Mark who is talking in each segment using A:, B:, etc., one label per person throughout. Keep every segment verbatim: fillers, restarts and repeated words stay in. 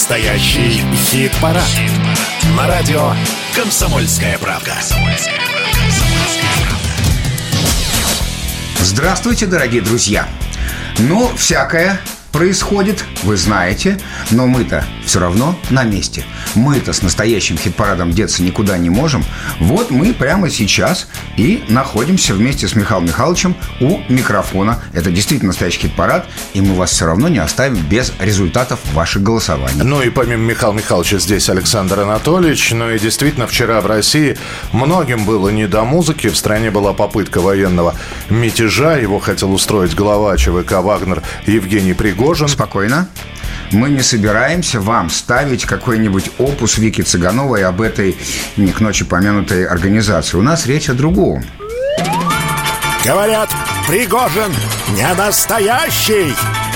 A: Настоящий хит-парад. Хит на радио «Комсомольская правда».
B: Здравствуйте, дорогие друзья. Ну, всякое происходит, вы знаете, но мы-то все равно на месте. Мы-то с настоящим хит-парадом деться никуда не можем. Вот мы прямо сейчас и находимся вместе с Михаилом Михайловичем у микрофона. Это действительно настоящий хит-парад, и мы вас все равно не оставим без результатов ваших голосований.
C: Ну и помимо Михаила Михайловича здесь Александр Анатольевич. Ну и действительно вчера в России многим было не до музыки. В стране была попытка военного мятежа. Его хотел устроить глава ЧВК «Вагнер» Евгений Пригожин.
B: Спокойно. Мы не собираемся вам ставить какой-нибудь опус Вики Цыгановой об этой не к ночи помянутой организации. У нас речь о другом.
A: Говорят, Пригожин не настоящий.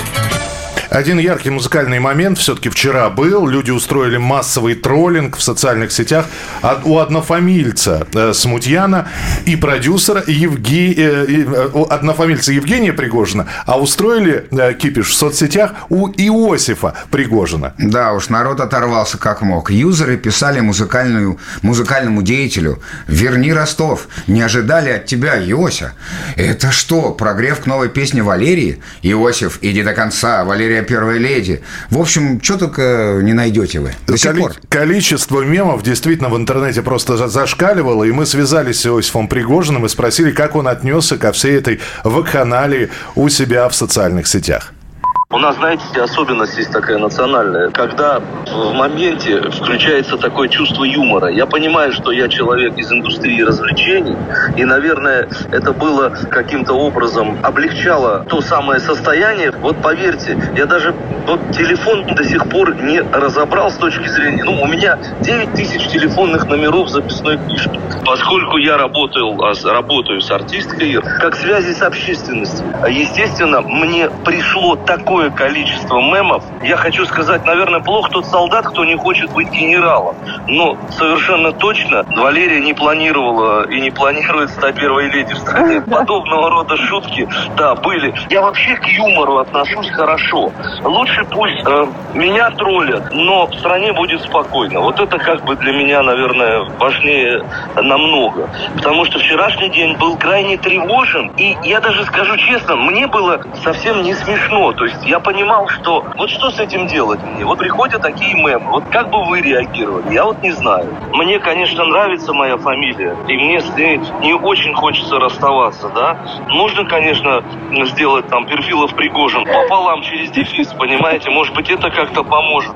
C: Один яркий музыкальный момент все-таки вчера был. Люди устроили массовый троллинг в социальных сетях у однофамильца э, Смутьяна и продюсера Евге... э, э, однофамильца Евгения Пригожина, а устроили э, кипиш в соцсетях у Иосифа Пригожина.
B: Да уж, народ оторвался как мог. Юзеры писали музыкальную, музыкальному деятелю: «Верни Ростов, не ожидали от тебя, Иося». Это что, прогрев к новой песне Валерии? Иосиф, иди до конца, Валерия первая леди. В общем, что только не найдете вы до сих
C: Коли-
B: пор.
C: Количество мемов действительно в интернете просто зашкаливало, и мы связались с Иосифом Пригожиным и спросили, как он отнесся ко всей этой вакханалии у себя в социальных сетях.
D: У нас, знаете, особенность есть такая национальная, когда в моменте включается такое чувство юмора. Я понимаю, что я человек из индустрии развлечений, и, наверное, это было каким-то образом облегчало то самое состояние. Вот поверьте, я даже вот телефон до сих пор не разобрал с точки зрения... Ну, у меня девять тысяч телефонных номеров в записной книжке. Поскольку я работаю, работаю с артисткой, как связи с общественностью, естественно, мне пришло такое количество мемов. Я хочу сказать, наверное, плох тот солдат, кто не хочет быть генералом. Но совершенно точно Валерия не планировала и не планирует стать первой леди в стране. Подобного рода шутки, да, были. Я вообще к юмору отношусь хорошо. Лучше пусть э, меня троллят, но в стране будет спокойно. Вот это как бы для меня, наверное, важнее намного. Потому что вчерашний день был крайне тревожен. И я даже скажу честно, мне было совсем не смешно. То есть я понимал, что вот что с этим делать мне? Вот приходят такие мемы. Вот как бы вы реагировали? Я вот не знаю. Мне, конечно, нравится моя фамилия. И мне с ней не очень хочется расставаться, да? Можно, конечно, сделать там Перфилов Пригожин пополам через дефис, понимаете? Может быть, это как-то поможет.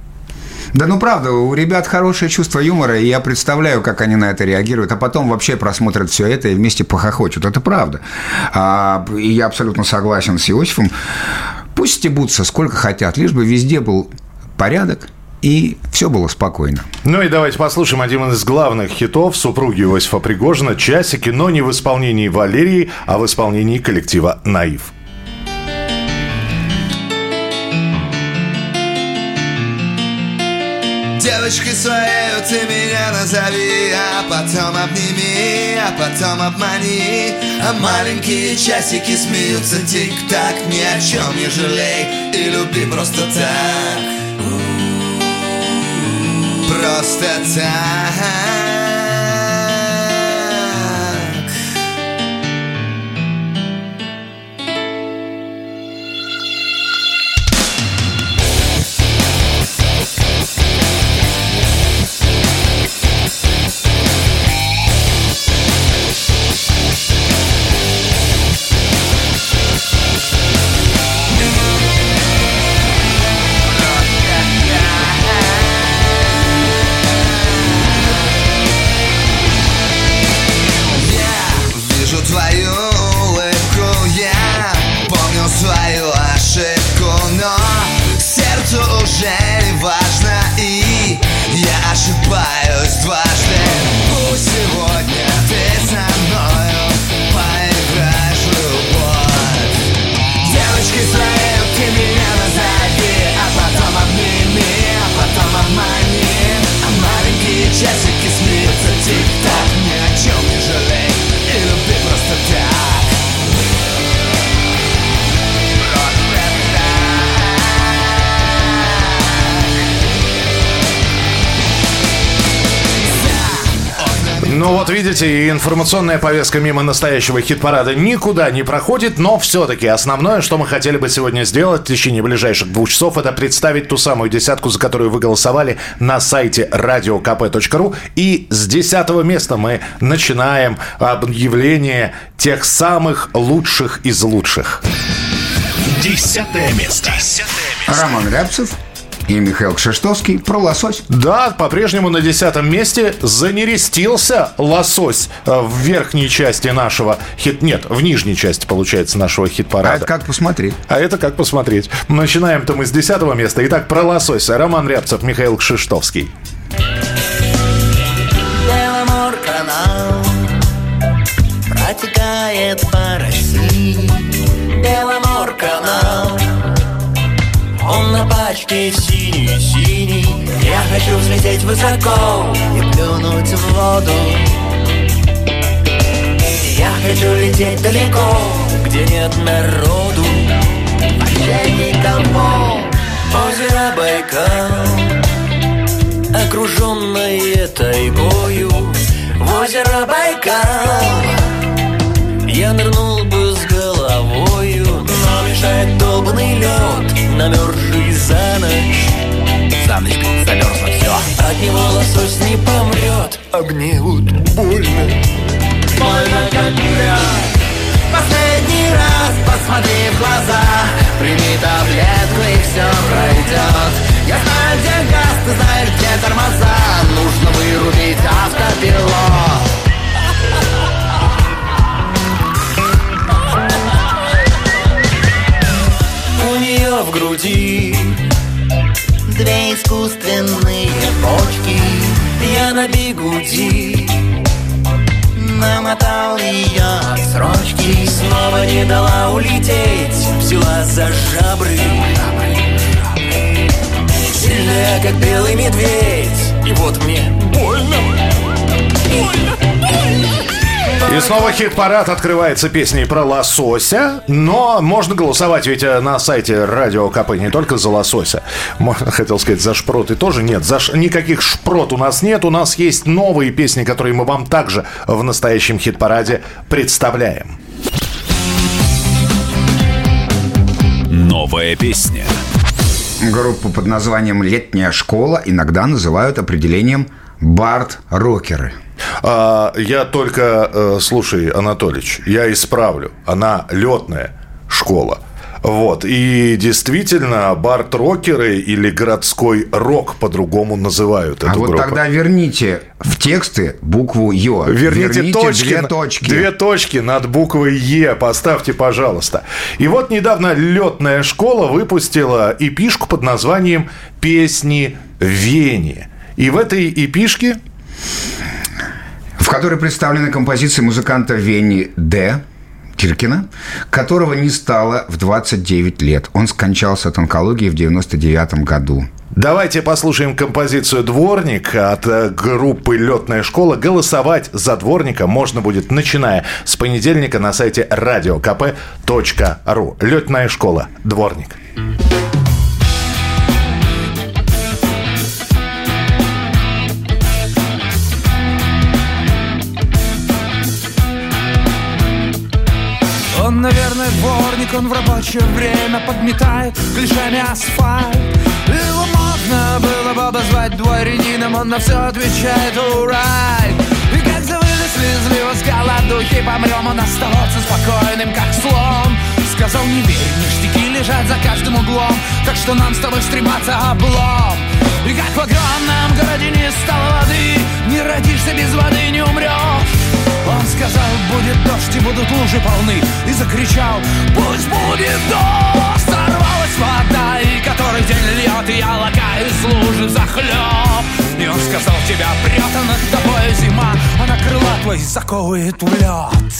B: Да ну правда, у ребят хорошее чувство юмора, и я представляю, как они на это реагируют, а потом вообще просмотрят все это и вместе похохочут. Это правда. А, и я абсолютно согласен с Иосифом. Пусть стебутся сколько хотят, лишь бы везде был порядок и все было спокойно.
C: Ну и давайте послушаем один из главных хитов супруги Иосифа Пригожина «Часики», но не в исполнении Валерии, а в исполнении коллектива «Наив».
E: Девочкой своей ты меня назови, а потом обними, а потом обмани. А маленькие часики смеются тик-так, ни о чем не жалей и люби просто так. Просто так. Ошибаюсь дважды. Пусть сегодня ты со мною поиграешь в любовь. Девочкой своей ты меня назови, а потом обними, а потом обмани. А маленькие часики смеются тик-так, ни о чем не жалей и люби просто так. Просто так.
C: Ну вот видите, и информационная повестка мимо настоящего хит-парада никуда не проходит, но все-таки основное, что мы хотели бы сегодня сделать в течение ближайших двух часов, это представить ту самую десятку, за которую вы голосовали на сайте радио ка пэ точка ру. И с десятого места мы начинаем объявление тех самых лучших из лучших.
A: Десятое место.
B: Роман Рябцев и Михаил Кшиштовский про лосось.
C: Да, по-прежнему на десятом месте занерестился лосось в верхней части нашего хит... Нет, в нижней части, получается, нашего хит-парада.
B: А это как посмотреть?
C: А это как посмотреть. Начинаем-то мы с десятого места. Итак, про лосося. Роман Рябцев, Михаил Кшиштовский.
E: Беломорканал протекает по России. Беломорканал, он на пачке синий-синий. Я хочу взлететь высоко и плюнуть в воду. Я хочу лететь далеко, где нет народу, вообще никого. Озеро Байкал, окруженное тайгою. В озеро Байкал я нырнул бы с головою, но мешает долбанный лед, намерзший за ночь. За ночь замерзло все. От него лосось не помрет, а мне вот больно. Больно как грязь. Последний раз посмотри в глаза, прими таблетку и все пройдет. Я знаю, где газ, ты знаешь, где тормоза. Нужно вырубить автопилот. У нее в груди две искусственные почки. Я на бигуди намотал ее срочки. Снова не дала улететь, взяла за жабры. Сильная, как белый медведь. И вот мне больно. Больно, больно.
C: И снова хит-парад открывается песней про лосося. Но можно голосовать ведь на сайте Радио КП не только за лосося. Можно, хотел сказать, за шпроты тоже нет. За ш... Никаких шпрот у нас нет. У нас есть новые песни, которые мы вам также в настоящем хит-параде представляем.
A: Новая песня.
B: Группу под названием «Летняя школа» иногда называют определением «бард-рокеры».
C: А, я только, э, слушай, Анатолич, я исправлю. Она летная школа. Вот. И действительно, бард-рокеры или городской рок по-другому называют эту
B: а вот
C: группу.
B: тогда верните в тексты букву «Ё».
C: Верните, верните точки,
B: две точки.
C: Две точки над буквой «Е». Поставьте, пожалуйста. И вот недавно летная школа выпустила эпишку под названием «Песни Вени». И в этой эпишке...
B: в которой представлены композиции музыканта Вени Д. Киркина, которого не стало в двадцать девять лет. Он скончался от онкологии в девяносто девятом году.
C: Давайте послушаем композицию «Дворник» от группы «Летная школа». Голосовать за «Дворника» можно будет, начиная с понедельника, на сайте радио ка пэ точка ру. «Летная школа», «Дворник».
F: Он, наверное, дворник, он в рабочее время подметает клешами асфальт. Его можно было бы обозвать дворянином, он на все отвечает «урай». И как завыли слезливо с голодухи, помрем, он остается спокойным, как слон. Сказал, не верь, ништяки лежат за каждым углом, так что нам с тобой стрематься облом. И как в огромном городе не стало воды, не родишься без воды, не умрешь. Он сказал, будет дождь и будут лужи полны, и закричал, пусть будет дождь. Сорвалась вода, и который день льет, и я лакаю из лужи захлеб. И он сказал, тебя прет, а над тобой зима, она крыла твои заковывает в лед.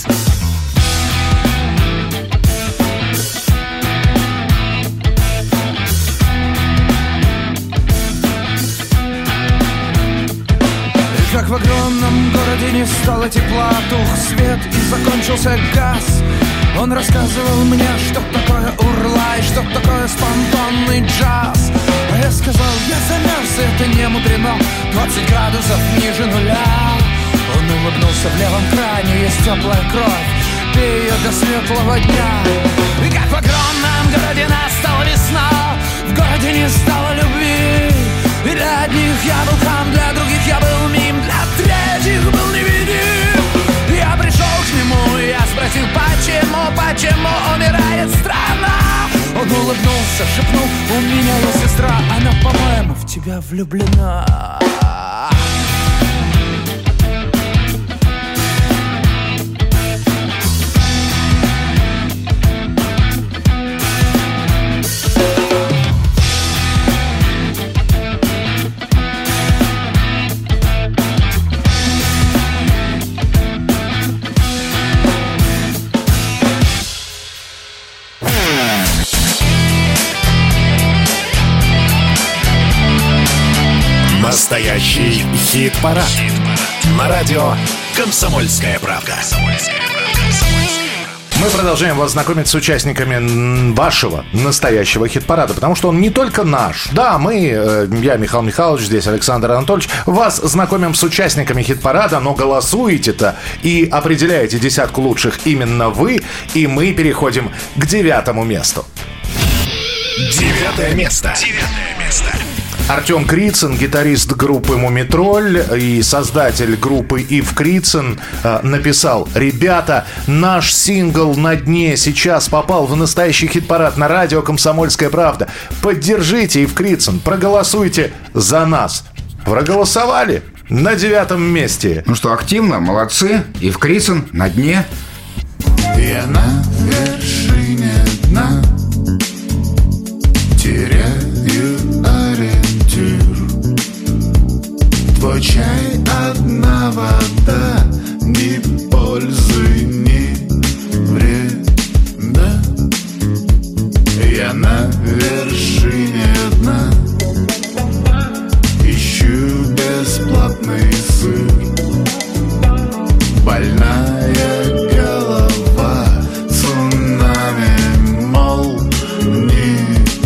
F: Как в огромном городе не стало тепла, тух свет и закончился газ. Он рассказывал мне, что такое урла и что такое спонтанный джаз. А я сказал, я замерз, это не мудрено, двадцать градусов ниже нуля. Он Он улыбнулся, в левом кране есть теплая кровь, пей ее до светлого дня. И как в огромном городе настала весна, в городе не стало любви. И для одних я был хам, для других я был мим, для третьих был невидим. Я пришел к нему, и я спросил, почему, почему умирает страна. Он улыбнулся, шепнул, у меня есть сестра, она, по-моему, в тебя влюблена.
A: Настоящий хит-парад. Хит-парад. На радио «Комсомольская правда».
C: Мы продолжаем вас знакомить с участниками вашего настоящего хит-парада, потому что он не только наш. Да, мы, я, Михаил Михайлович, здесь Александр Анатольевич, вас знакомим с участниками хит-парада, но голосуете-то и определяете десятку лучших именно вы, и мы переходим к девятому месту.
A: Девятое место. Девятое место.
C: Артем Крицын, гитарист группы «Мумитроль» и создатель группы Ив Крицын, написал: «Ребята, наш сингл «На дне» сейчас попал в настоящий хит-парад на радио «Комсомольская правда». Поддержите Ив Крицын, проголосуйте за нас». Проголосовали на девятом месте.
B: Ну что, активно, молодцы. Ив Крицын «На дне».
G: Я на вершине дна, теряю ориентир. Твой чай одна вода, ни пользы, ни вреда. Я на вершине дна, ищу бесплатный сыр. Больная голова, цунами, молния.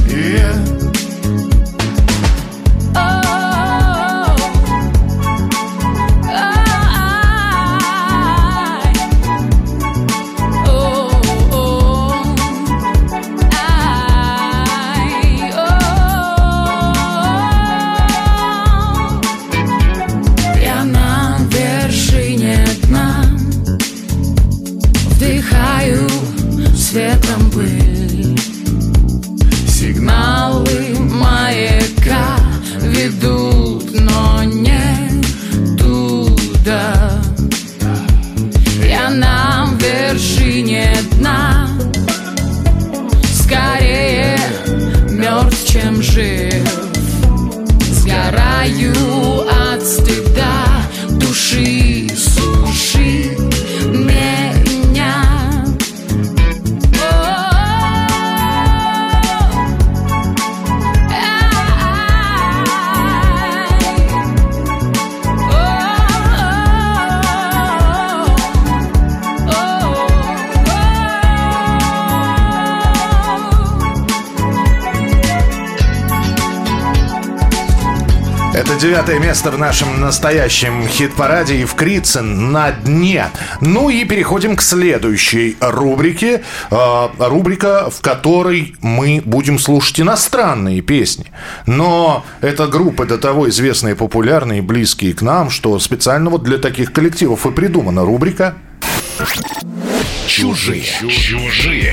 F: Ветром пыль, сигналы маяка ведут, но не туда. Я на вершине дна, скорее мертв, чем жив. Сгораю от стыда, души суши меня.
C: Это девятое место в нашем настоящем хит-параде. Ив Крицын «На дне». Ну и переходим к следующей рубрике. Э, рубрика, в которой мы будем слушать иностранные песни. Но эта группа до того известная и популярная, и близкие к нам, что специально вот для таких коллективов и придумана рубрика
A: «Чужие». Чужие.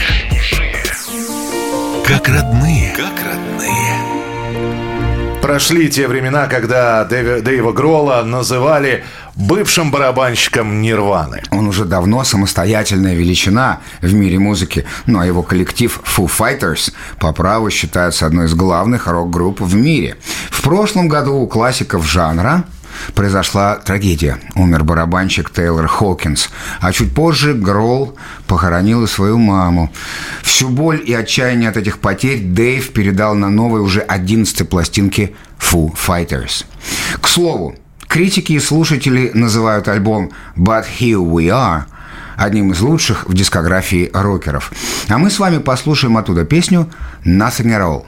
A: Как родные. Как родные.
C: Прошли те времена, когда Дэви, Дэйва Гролла называли бывшим барабанщиком Нирваны.
B: Он уже давно самостоятельная величина в мире музыки, ну а его коллектив Foo Fighters по праву считается одной из главных рок-групп в мире. В прошлом году у классиков жанра произошла трагедия. Умер барабанщик Тейлор Хокинс. А чуть позже Гролл похоронил и свою маму. Всю боль и отчаяние от этих потерь Дэйв передал на новой уже одиннадцатой пластинке Foo Fighters. К слову, критики и слушатели называют альбом «But Here We Are» одним из лучших в дискографии рокеров. А мы с вами послушаем оттуда песню «Nothing at All».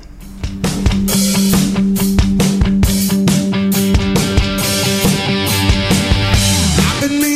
G: I've been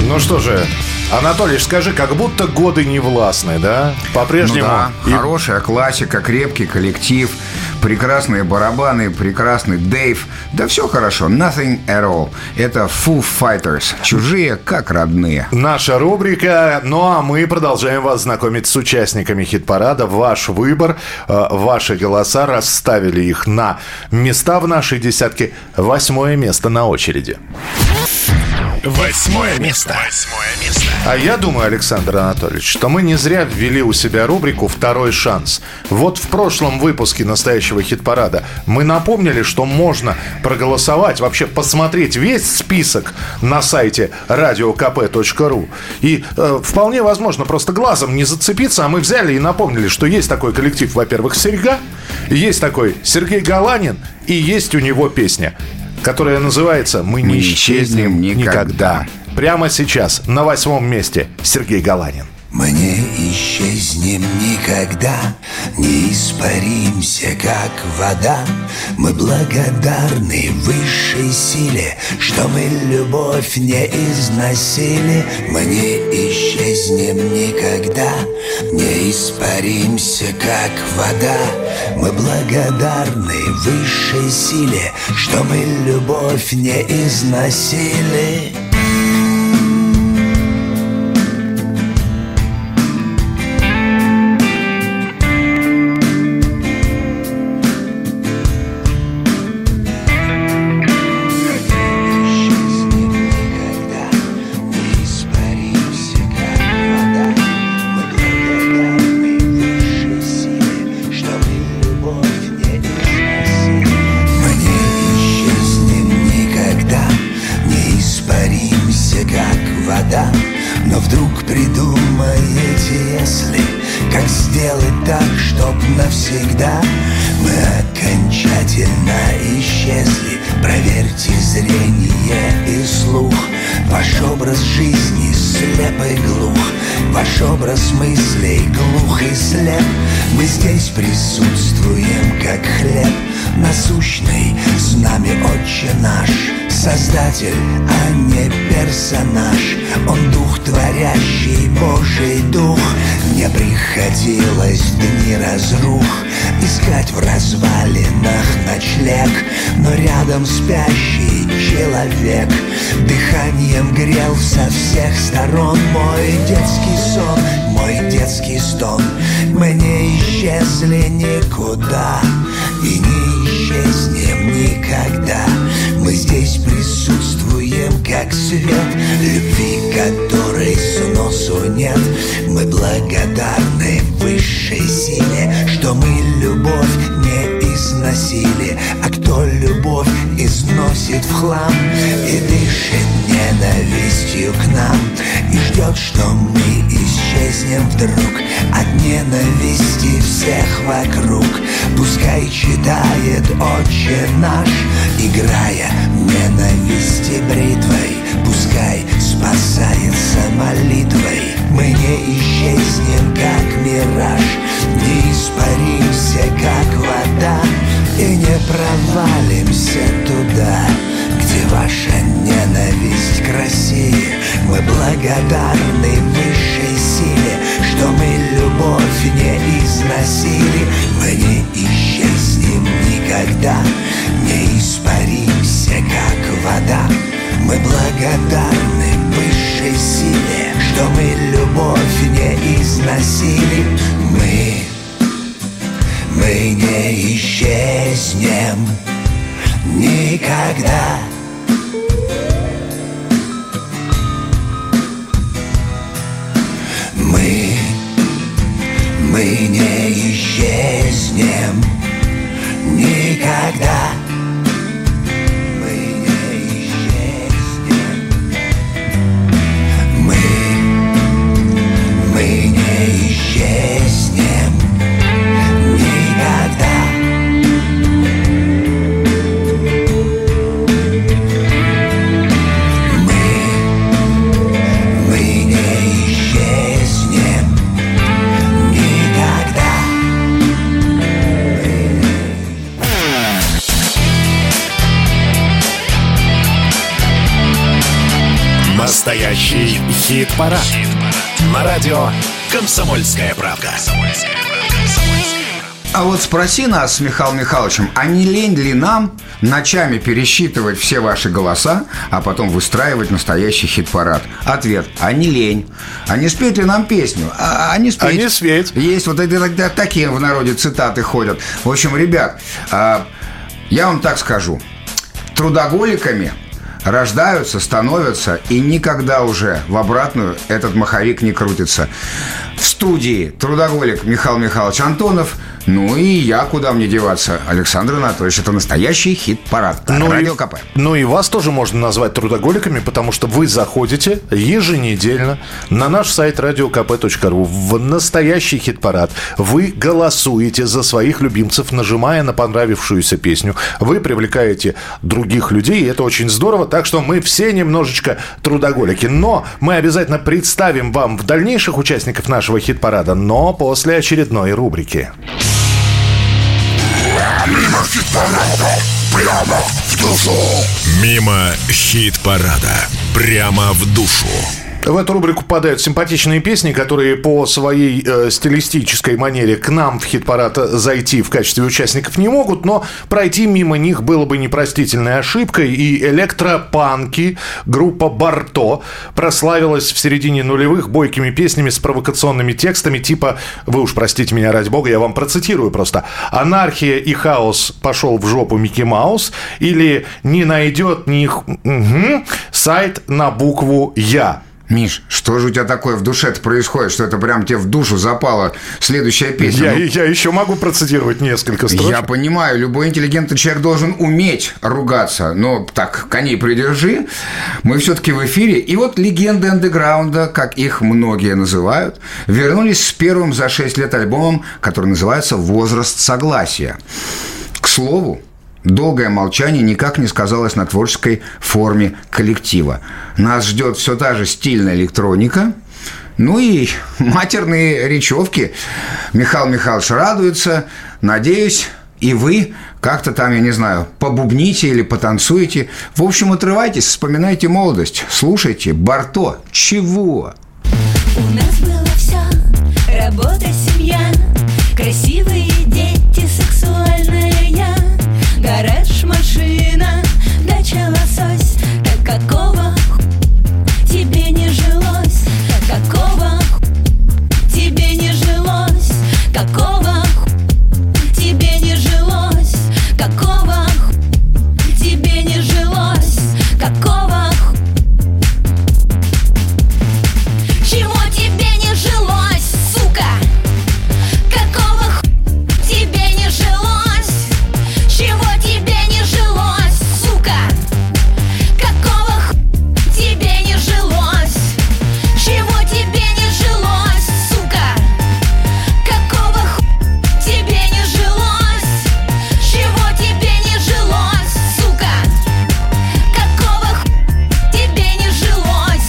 C: Ну что же, Анатолий, скажи, как будто годы не властны, да? По-прежнему.
B: Ну да,
C: И-
B: хорошая классика, крепкий коллектив, прекрасные барабаны, прекрасный Дэйв. Да все хорошо, nothing at all. Это Foo Fighters, чужие как родные.
C: Наша рубрика. Ну а мы продолжаем вас знакомить с участниками хит-парада. Ваш выбор, э, ваши голоса, расставили их на места в нашей десятке. Восьмое место на очереди.
A: Восьмое место. Восьмое место.
C: А я думаю, Александр Анатольевич, что мы не зря ввели у себя рубрику «Второй шанс». Вот в прошлом выпуске настоящего хит-парада мы напомнили, что можно проголосовать, вообще посмотреть весь список на сайте радио ка пэ точка ру. И э, вполне возможно просто глазом не зацепиться, а мы взяли и напомнили, что есть такой коллектив, во-первых, «Серьга», есть такой Сергей Галанин, и есть у него песня, которая называется «Мы не,
B: «Мы не
C: исчезнем
B: исчезнем
C: никогда».
B: никогда».
C: Прямо сейчас на восьмом месте Сергей Галанин.
E: Мы не исчезнем никогда, не испаримся, как вода. Мы благодарны высшей силе, что мы любовь не износили. Мы не исчезнем никогда, не испаримся, как вода. Мы благодарны высшей силе, что мы любовь не износили. Но вдруг придумаете, если как сделать так, чтоб навсегда мы окончательно исчезли. Проверьте зрение и слух. Ваш образ жизни слеп и глух, ваш образ мыслей глух и слеп. Мы здесь присутствуем, как хлеб насущный, с нами Отче наш. Создатель, а не персонаж. Он дух творящий, Божий дух. Мне приходилось в дни разрух искать в развалинах ночлег, но рядом спящий человек дыханием грел со всех сторон. Мой детский сон, мой детский стон. Мы не исчезли никуда и не исчезнем никогда. Мы здесь присутствуем, как свет, любви которой сносу нет. Мы благодарны высшей силе, что мы любовь не износили. А кто любовь износит в хлам и дышит ненавистью к нам, и ждет, что мы исчезнем вдруг от ненависти всех вокруг, пускай читает Отче наш, играя ненависти бритвой, пускай спасается молитвой. Мы не исчезнем, как мираж, не испаримся, как вода, и не провалимся туда, где ваша ненависть красивее. Мы благодарны высшей силе, что мы любовь не износили. Мы не исчезнем никогда, не испаримся, как вода. Мы благодарны высшей силе, что мы любовь не износили. Мы, мы не исчезнем никогда. Мы, мы не исчезнем никогда. Мы не исчезнем. Мы, мы не исчезнем никогда.
A: Настоящий хит-парад. На радио «Комсомольская правда».
B: А вот спроси нас с Михаилом Михайловичем, а не лень ли нам ночами пересчитывать все ваши голоса, а потом выстраивать настоящий хит-парад? Ответ – а не лень. А не спеть ли нам песню? А, а не спеть.
C: А не спеть.
B: Есть вот это, такие в народе цитаты ходят. В общем, ребят, я вам так скажу. Трудоголиками рождаются, становятся, и никогда уже в обратную этот маховик не крутится. В студии трудоголик Михаил Михайлович Антонов. Ну и я, куда мне деваться, Александр Анатольевич. Это настоящий хит-парад.
C: Ну
B: Радио
C: и,
B: КП.
C: Ну и вас тоже можно назвать трудоголиками, потому что вы заходите еженедельно на наш сайт радио ка пэ точка ру в настоящий хит-парад. Вы голосуете за своих любимцев, нажимая на понравившуюся песню. Вы привлекаете других людей, и это очень здорово. Так что мы все немножечко трудоголики. Но мы обязательно представим вам в дальнейших участников нашего хит-парада, но после очередной рубрики.
A: Мимо хит-парада, прямо в душу. Мимо хит-парада, прямо в душу.
C: В эту рубрику попадают симпатичные песни, которые по своей э, стилистической манере к нам в хит-парад зайти в качестве участников не могут, но пройти мимо них было бы непростительной ошибкой. И электропанки, группа «Барто» прославилась в середине нулевых бойкими песнями с провокационными текстами типа, вы уж простите меня, ради бога, я вам процитирую просто: «Анархия и хаос пошел в жопу Микки Маус» или «Не найдет ни угу, сайт на букву «Я».
B: Миш, что же у тебя такое в душе-то происходит, что это прям тебе в душу запала следующая песня?
C: Я,
B: ну,
C: я еще могу процитировать несколько строчек.
B: Я понимаю, любой интеллигентный человек должен уметь ругаться, но так, коней придержи. Мы все-таки в эфире. И вот легенды андеграунда, как их многие называют, вернулись с первым за шесть лет альбомом, который называется «Возраст согласия». К слову, долгое молчание никак не сказалось на творческой форме коллектива. Нас ждет все та же стильная электроника, ну и матерные речевки. Михаил Михайлович радуется. Надеюсь, и вы как-то там, я не знаю, побубните или потанцуете. В общем, отрывайтесь, вспоминайте молодость. Слушайте «Барто». Чего?
H: У нас было все: работа, семья, красивые дети, сексуальная я, гараж, машина, дача, лосось. Так какого тебе не жилось? Так какого тебе не жилось? Какого тебе не жилось? Какого тебе не жилось? Какого? Чего тебе не жилось, сука? Какого тебе не жилось? Чего тебе не жилось, сука? Какого тебе не жилось? Чего тебе не жилось, сука? Какого тебе не жилось? Чего тебе не жилось, сука? Какого тебе не жилось?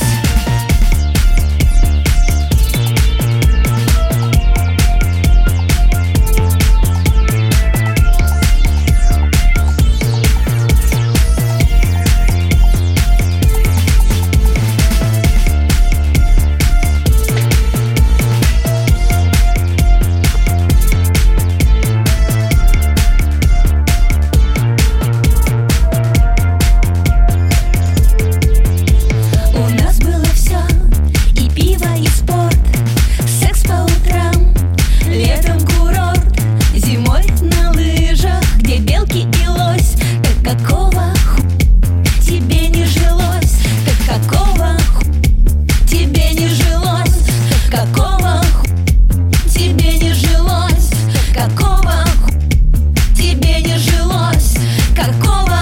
H: У нас было все: и пиво, и спорт, секс по утрам, летом курорт, зимой на лыжах, где белки и лось. Так какого тебе не жилось? Так какого тебе не жилось? Так какого тебе не жилось? Какого тебе не жилось? Какого?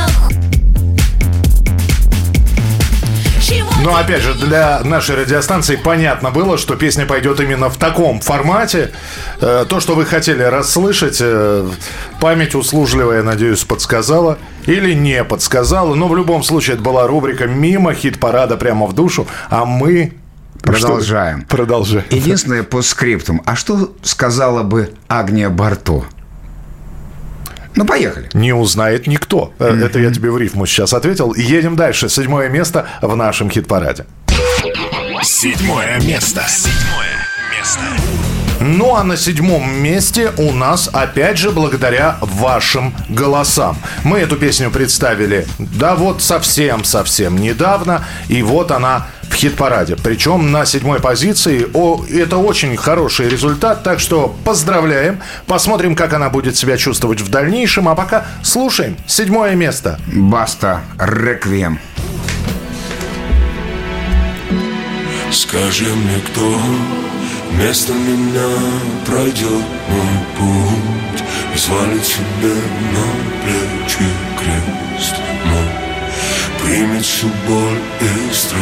H: Чего?
C: Но опять же, для нашей радиостанции понятно было, что песня пойдет именно в таком формате. Э, То, что вы хотели расслышать, э, память услужливая, надеюсь, подсказала. Или не подсказала. Но в любом случае это была рубрика «Мимо хит-парада прямо в душу». А мы...
B: Продолжаем.
C: Что? Продолжаем.
B: Единственное по скриптум. А что сказала бы Агния Барто? Ну, поехали.
C: Не узнает никто. Mm-hmm. Это я тебе в рифму сейчас ответил. Едем дальше. Седьмое место в нашем хит-параде.
A: Седьмое место. Седьмое место.
C: Ну а на седьмом месте у нас, опять же, благодаря вашим голосам. Мы эту песню представили, да вот совсем-совсем недавно, и вот она в хит-параде. Причем на седьмой позиции. О, это очень хороший результат, так что поздравляем. Посмотрим, как она будет себя чувствовать в дальнейшем. А пока слушаем седьмое место.
B: Баста, «Реквием».
I: Скажи мне, кто вместо меня пройдет мой путь и свалит себе на плечи крест мой, примет всю боль и страх.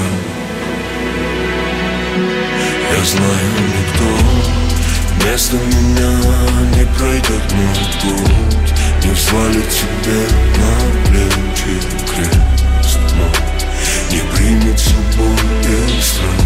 I: Я знаю, никто вместо меня не пройдет мой путь, не свалит себе на плечи крест мой, не примет всю боль и страх.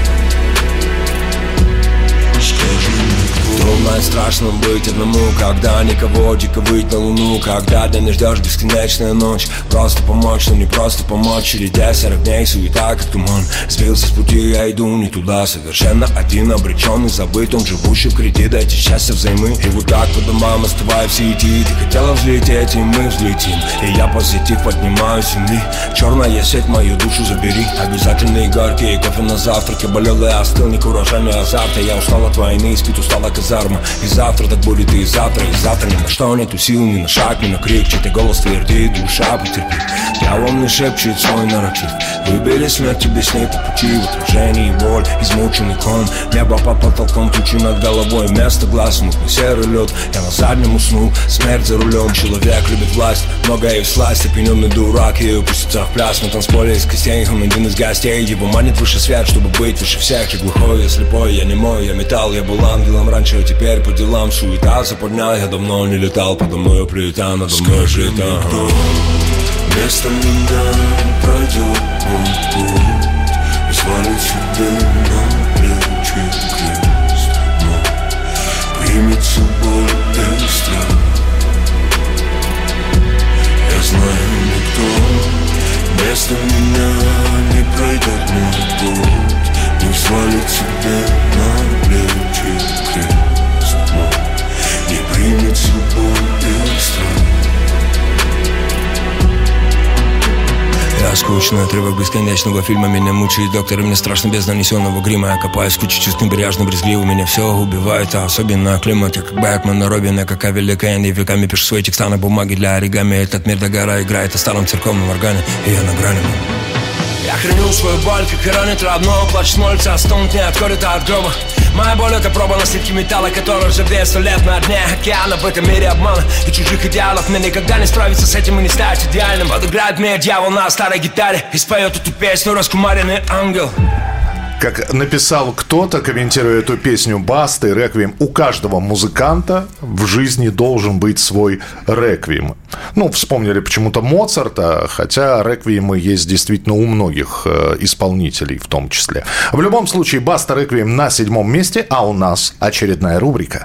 J: Трудно и страшно быть одному, когда никого, дико выйти на луну, когда ты не ждешь бесконечная ночь. Просто помочь, но не просто помочь. Чередя сорок дней, суета, как туман. Сбился с пути, я иду не туда. Совершенно один, обреченный, забыт. Он живущий в кредит, дайте счастье взаймы. И вот так по домам, оставая в сети. Ты хотела взлететь, и мы взлетим. И я позитив поднимаю с земли. Черная сеть, мою душу забери. Обязательные горькие кофе на завтраке. Болел и остыл, не куражами азарта. Я устал от войны, спит устала казарма. И завтра так будет, и завтра, и завтра ни на что нету сил, ни на шаг, ни на крик. Чей-то голос твердит, душа потерпи. Дьявол мне шепчет свой нарратив. Выбери смерть тебе с ней по пути. В отражении боль, измученный ком. Небо под потолком, тучи над головой. Вместо глаз мутный серый лед. Я на заднем уснул, смерть за рулем. Человек любит власть, многое и сласть. Опьяненный дурак, и упустится в пляс. На танцполе из костей, он один из гостей. Его манит выше свет, чтобы быть выше всех. Я глухой, я слепой, я немой, я металл. Я был ангелом раньше, а теперь по делам суета, западня. Я давно не летал, подо мною плита, надо мной плита.
I: Кто вместо меня пройдет мой путь и свалит себе на плечи крест мой, примет всю боль и страх. Я знаю, никто вместо меня не пройдет мой путь, не свалит себе на плечи крест мой, не примет всю боль и страх.
J: Я скучный отрывок бесконечного фильма. Меня мучает доктор, и мне страшно без нанесенного грима. Я копаюсь в куче чувств небрежно, брезгливо. Меня все убивает, а особенно климат. Я как Бэтмен на Робина, какая великая Энди. Веками пишу свои текста на бумаге для оригами. Этот мир до гора играет о старом церковном органе, и я на грани. Я храню свою боль, как и ранит родного. Плач смолится, а стонут не откроет от гроба. Моя боль — это проба на слитке металла, который ржавеет сто лет на дне океана. В этом мире обмана и чужих идеалов. Мне никогда не справиться с этим и не стать идеальным. Подыграет мне дьявол на старой гитаре и споет эту песню раскумаренный ангел.
C: Как написал кто-то, комментируя эту песню Басты, «Реквием», у каждого музыканта в жизни должен быть свой реквием. Ну, вспомнили почему-то Моцарта, хотя реквиемы есть действительно у многих э, исполнителей в том числе. В любом случае, Баста, «Реквием» на седьмом месте, а у нас очередная рубрика.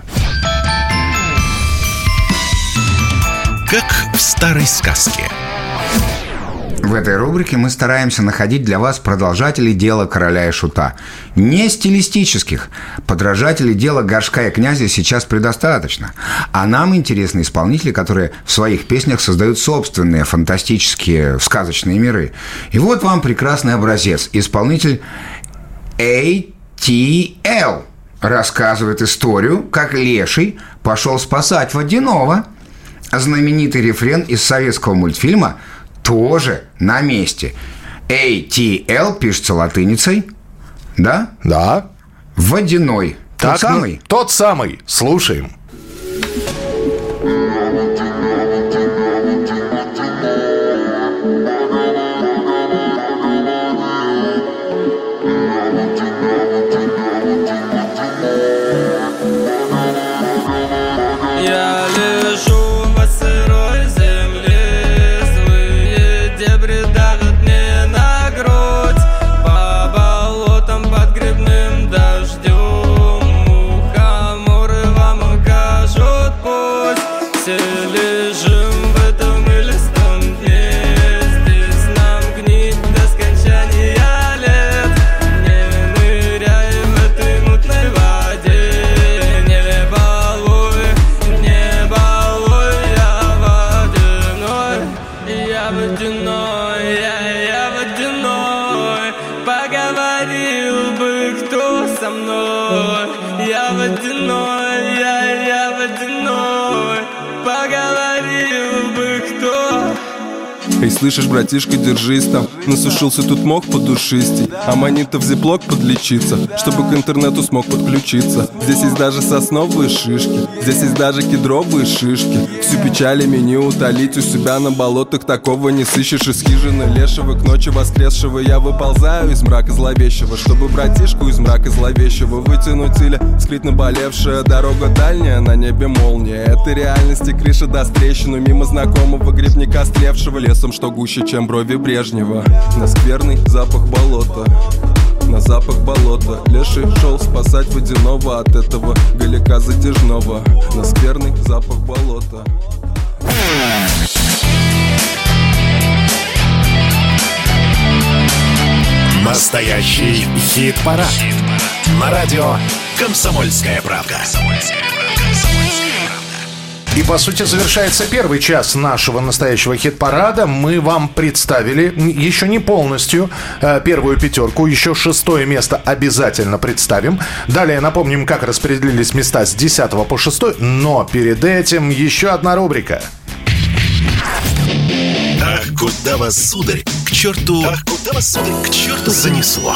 A: Как в старой сказке.
B: В этой рубрике мы стараемся находить для вас продолжателей дела короля и шута. Не стилистических. Подражателей дела горшка и князя сейчас предостаточно. А нам интересны исполнители, которые в своих песнях создают собственные фантастические сказочные миры. И вот вам прекрасный образец. Исполнитель эй ти эл рассказывает историю, как леший пошел спасать водяного. Знаменитый рефрен из советского мультфильма тоже на месте. эй ти эл пишется латиницей. Да?
C: Да.
B: Водяной. Тот
C: так,
B: самый?
C: Ну, тот самый. Слушаем.
F: Я лежу в сырой земле, злые дебри давят мне на грудь. По болотам под грибным дождем мухоморы вам укажут путь. Все лежим в этом илистом дне, здесь нам гнить до скончания лет. Не говорил бы кто.
K: Эй, слышишь, братишка, держись там. Насушился тут мох подушистей, а манит-то в зиплок подлечиться, чтобы к интернету смог подключиться. Здесь есть даже сосновые шишки, здесь есть даже кедровые шишки. Всю печаль имени утолить у себя на болотах такого не сыщешь. Из хижины лешего к ночи воскресшего я выползаю из мрака зловещего, чтобы братишку из мрака зловещего вытянуть или скрыть наболевшая дорога дальняя, на небе молния. Это реальности крыша даст трещину мимо знакомого грибника стлевшего лесом, что гуще, чем брови Брежнева. На скверный запах болота, на запах болота. Леший шел спасать водяного от этого галика затяжного. На скверный запах болота.
A: Настоящий хит-парад. На радио «Комсомольская правда».
C: И, по сути, завершается первый час нашего настоящего хит-парада. Мы вам представили еще не полностью э, первую пятерку. Еще шестое место обязательно представим. Далее напомним, как распределились места с десятого по шестой. Но перед этим еще одна рубрика.
A: Ах, куда вас, сударь, к черту... Ах, куда вас, сударь, к черту занесло.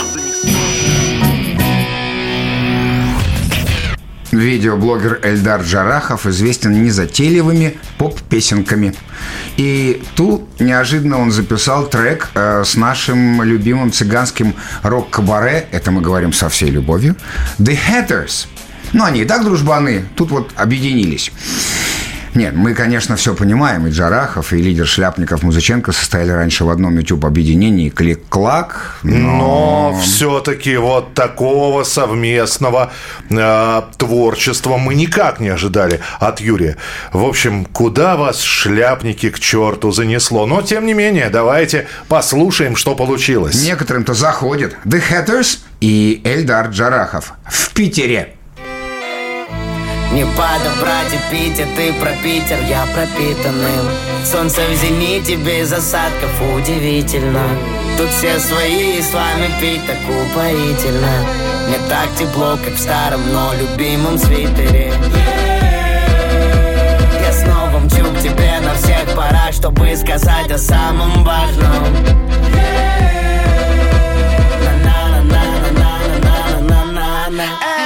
B: Видеоблогер Эльдар Джарахов известен незатейливыми поп-песенками. И тут неожиданно он записал трек э, с нашим любимым цыганским рок-кабаре, это мы говорим со всей любовью, The Hatters. Ну, они и так дружбаны, тут вот объединились. Нет, мы, конечно, все понимаем. И Джарахов, и лидер Шляпников Музыченко состояли раньше в одном YouTube-объединении «Клик-клак».
C: Но, но все-таки вот такого совместного э, творчества мы никак не ожидали от Юрия. В общем, куда вас, шляпники, к черту занесло. Но, тем не менее, давайте послушаем, что получилось.
B: Некоторым-то заходит The Hatters и Эльдар Джарахов в Питере.
L: Не подобрать и пить, а ты про Питер, я пропитанным. Солнце в зените, без осадков, удивительно. Тут все свои, и с вами пить так упоительно. Мне так тепло, как в старом, но любимом свитере. Я снова мчу к тебе на всех парах, чтобы сказать о самом важном. На-на-на-на-на-на-на-на-на-на.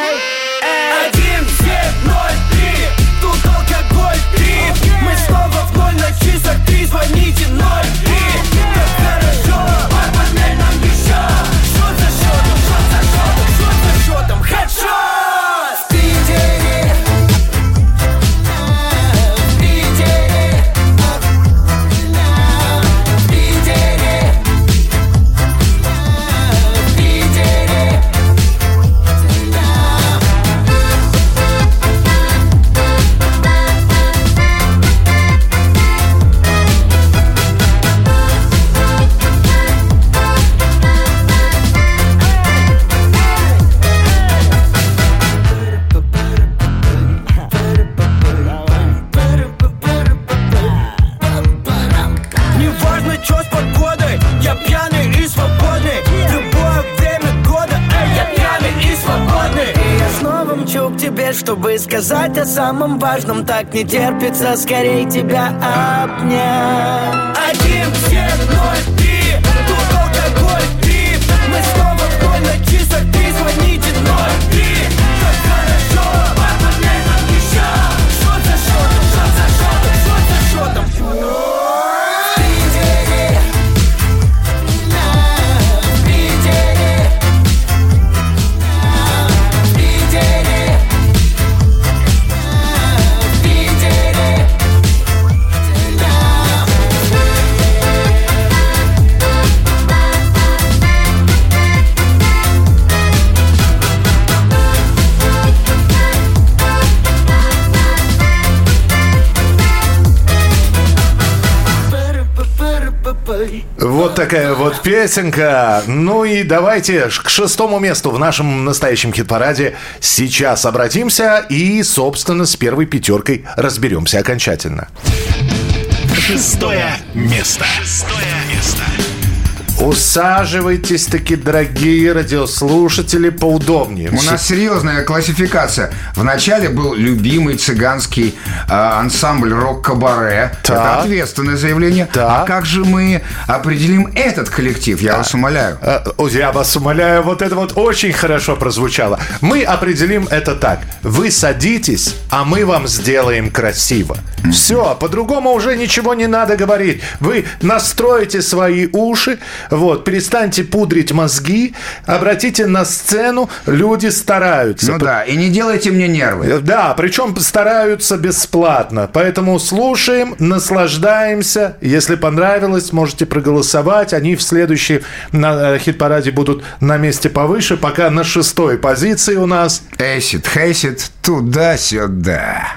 L: Ты звоните ноль три. Как хорошо, попадай нам еще. Счет за счетом, счет за счетом, счет за счетом. Хэдшот! В Питере, в Питере, в Питере, в Питере. Чтобы сказать о самом важном, так не терпится скорей тебя обнять. Один, семь, ноль, три, тут алкоголь, трип. Мы снова в ноль на часах, ты звоните ноль три. Как хорошо, попадай нам еще. Счет за счетом, счет за счетом, счет за счетом. В Питере, в Питере, в Питере.
C: Вот такая вот песенка. Ну и давайте к шестому месту в нашем настоящем хит-параде сейчас обратимся и, собственно, с первой пятеркой разберемся окончательно.
A: Шестое место. Шестое место.
C: Усаживайтесь, таки, дорогие радиослушатели, поудобнее.
B: У нас серьезная классификация. Вначале был любимый цыганский э, ансамбль «Рок-кабаре».
C: Так.
B: Это ответственное заявление.
C: Так.
B: А как же мы определим этот коллектив? Я вас умоляю.
C: Э, Я вас умоляю, вот это вот очень хорошо прозвучало. Мы определим это так. Вы садитесь, а мы вам сделаем красиво. Все, по-другому уже ничего не надо говорить. Вы настроите свои уши, вот, перестаньте пудрить мозги, обратите на сцену, люди стараются.
B: Ну да, и не делайте мне нервы.
C: Да, причем стараются бесплатно. Поэтому слушаем, наслаждаемся. Если понравилось, можете проголосовать. Они в следующей на хит-параде будут на месте повыше. Пока на шестой позиции у нас
B: Эйсид, хейсид, туда-сюда.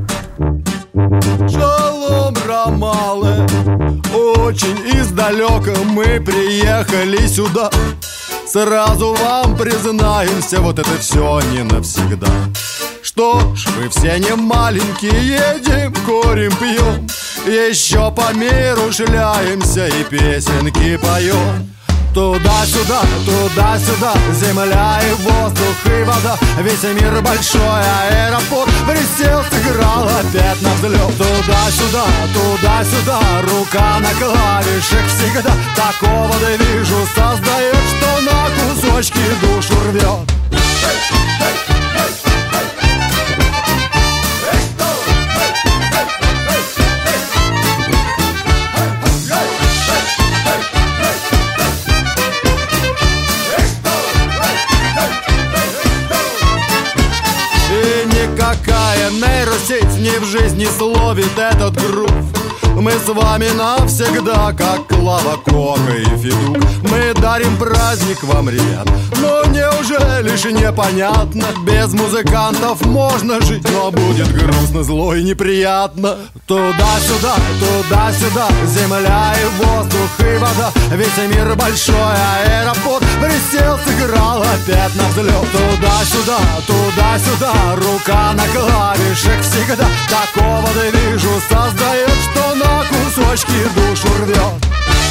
M: Шалом, Рамале, очень издалека мы приехали сюда. Сразу вам признаемся, вот это все не навсегда. Что ж, вы все не маленькие, едем, курим, пьем, еще по миру шляемся и песенки поем. Туда-сюда, туда-сюда, земля и воздух и вода. Весь мир большой, аэропорт присел, сыграл опять на взлет. Туда-сюда, туда-сюда, рука на клавишах всегда. Такого движу создает, что на кусочки душу рвет. Никакая нейросеть ни в жизни словит этот грув. Мы с вами навсегда, как Клава Кока и Федук. Мы дарим праздник вам, ребят, но неужели ж непонятно? Без музыкантов можно жить, но будет грустно, зло и неприятно. Туда-сюда, туда-сюда, земля и воздух и вода. Весь мир большой, аэропорт присел, сыграл опять на взлет. Туда-сюда, туда-сюда, рука на клавишах всегда. Такого движу создает, что на кусочки душу рвет.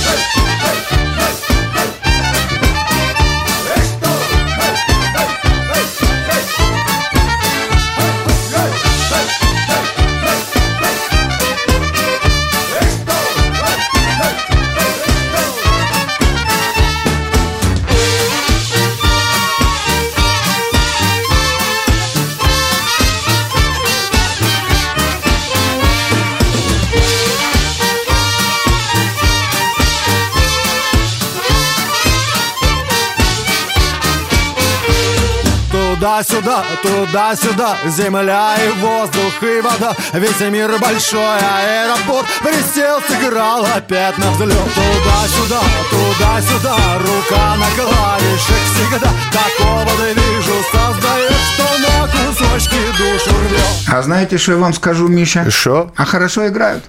M: Туда-сюда, туда-сюда, земля и воздух и вода. Весь мир большой, аэропорт присел, сыграл опять на взлет. Туда-сюда, туда-сюда, рука на клавишах всегда. Такого движу создает, что на кусочки душу рвет.
B: А знаете, что я вам скажу, Миша?
C: Что?
B: А хорошо играют.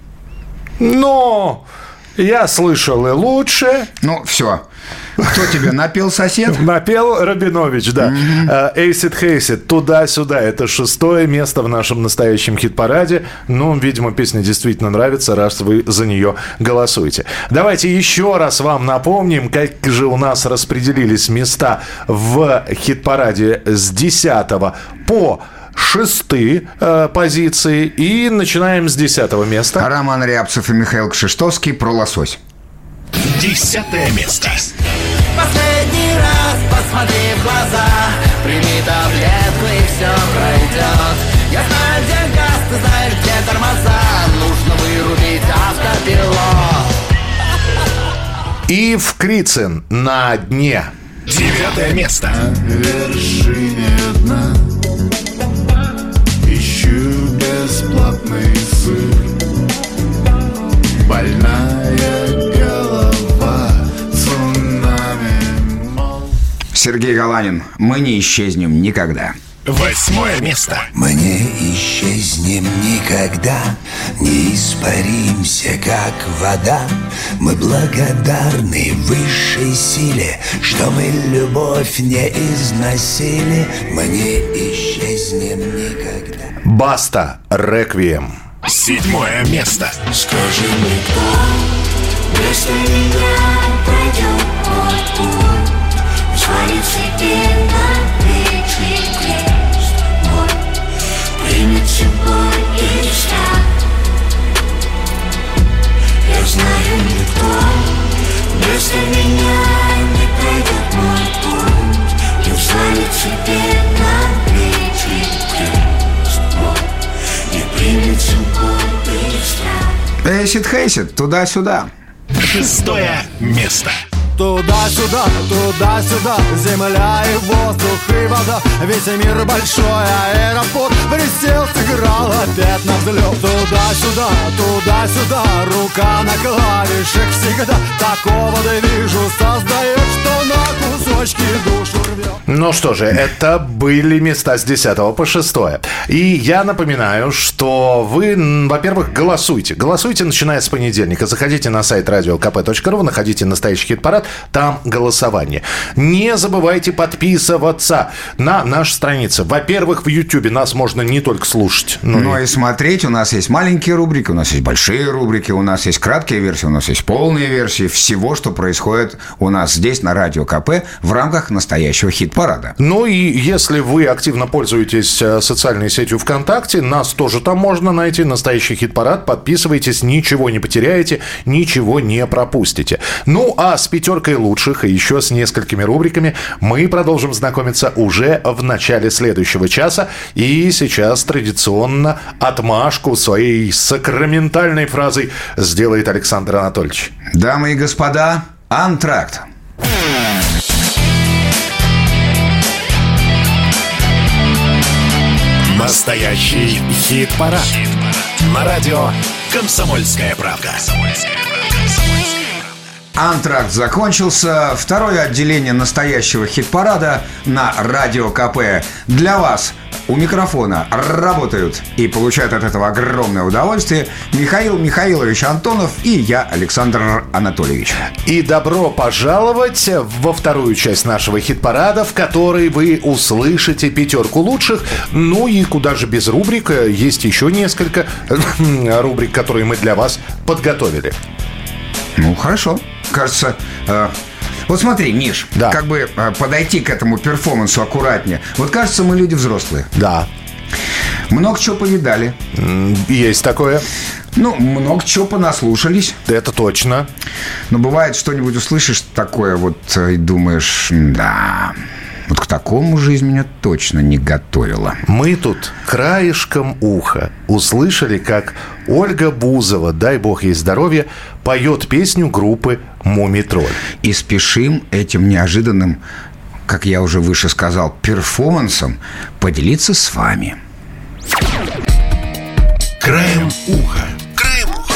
C: Но я слышал и лучше.
B: Ну, все. Кто тебе напел, сосед?
C: Напел Рабинович, да. Эйсид Хейсид, туда-сюда. Это шестое место в нашем настоящем хит-параде. Ну, видимо, песня действительно нравится, раз вы за нее голосуете. Давайте еще раз вам напомним, как же у нас распределились места в хит-параде с десятого по шестые э, позиции. И начинаем с десятого места.
B: Роман Рябцев и Михаил Кшиштовский про лосось.
A: Десятое место.
E: Последний раз посмотри в глаза, прими таблетку и все пройдет. Я знаю, где газ, ты знаешь, где тормоза. Нужно вырубить автопилот.
C: Ив Крицин на дне.
A: Девятое место.
G: На вершине дна ищу бесплатный сыр. Больная голова, цунами, мол.
B: Сергей Галанин. Мы не исчезнем никогда.
A: Восьмое место.
N: Мы не исчезнем никогда, не испаримся, как вода. Мы благодарны высшей силе, что мы любовь не износили. Мы не исчезнем никогда.
C: Баста, Реквием.
A: Седьмое место.
I: Скажи мне, кто вместо меня пройдет?
H: пройдет мой путь, взвалит себе на плечи крест мой, примет все боль и страх. Я знаю, никто вместо меня не пройдет мой путь, и взвалит себе на плечи крест мой, и примет все боль и страх.
B: Эйсид Хейсид, туда-сюда.
A: Шестое место.
M: Туда-сюда, туда-сюда, земля и воздух и вода. Весь мир большой, аэропорт присел, сыграл опять на взлет. Туда-сюда, туда-сюда, рука на клавишах всегда. Такого движу создает, что на кусочки душу рвет.
C: Ну что же, это были места с десятого по шестое. И я напоминаю, что вы, во-первых, голосуйте. Голосуйте, начиная с понедельника. Заходите на сайт радио ка пэ точка ру, находите настоящий хит-парад. Там голосование. Не забывайте подписываться на наши страницы. Во-первых, в Ютьюбе нас можно не только слушать, но,
B: но
C: и...
B: и смотреть. У нас есть маленькие рубрики, у нас есть большие рубрики, у нас есть краткие версии, у нас есть полные версии всего, что происходит у нас здесь на Радио КП в рамках настоящего хит-парада.
C: Ну и если вы активно пользуетесь социальной сетью ВКонтакте, нас тоже там можно найти. Настоящий хит-парад. Подписывайтесь, ничего не потеряете, ничего не пропустите. Ну а с пятеркой лучших и еще с несколькими рубриками мы продолжим знакомиться уже в начале следующего часа. И сейчас традиционно отмашку своей сакраментальной фразой сделает Александр Анатольевич.
B: Дамы и господа, антракт.
A: Настоящий хит-парад. Хит-парад. На радио «Комсомольская правда».
B: Антракт закончился. Второе отделение настоящего хит-парада на Радио КП. Для вас у микрофона работают и получают от этого огромное удовольствие Михаил Михайлович Антонов и я, Александр Анатольевич.
C: И добро пожаловать во вторую часть нашего хит-парада, в которой вы услышите пятерку лучших. Ну и куда же без рубрик. Есть еще несколько рубрик, которые мы для вас подготовили.
B: Ну, хорошо. Кажется, э, вот смотри, Миш,
C: да.
B: как бы э, подойти к этому перформансу аккуратнее. Вот кажется, мы люди взрослые.
C: Да.
B: Много чего повидали.
C: Есть такое.
B: Ну, много чего понаслушались.
C: Это точно.
B: Но бывает, что-нибудь услышишь такое вот и думаешь, да... Вот к такому жизнь меня точно не готовила.
C: Мы тут краешком уха услышали, как Ольга Бузова, дай бог ей здоровья, поет песню группы «Мумий-тролль».
B: И спешим этим неожиданным, как я уже выше сказал, перформансом поделиться с вами.
A: Краем уха. Краем уха.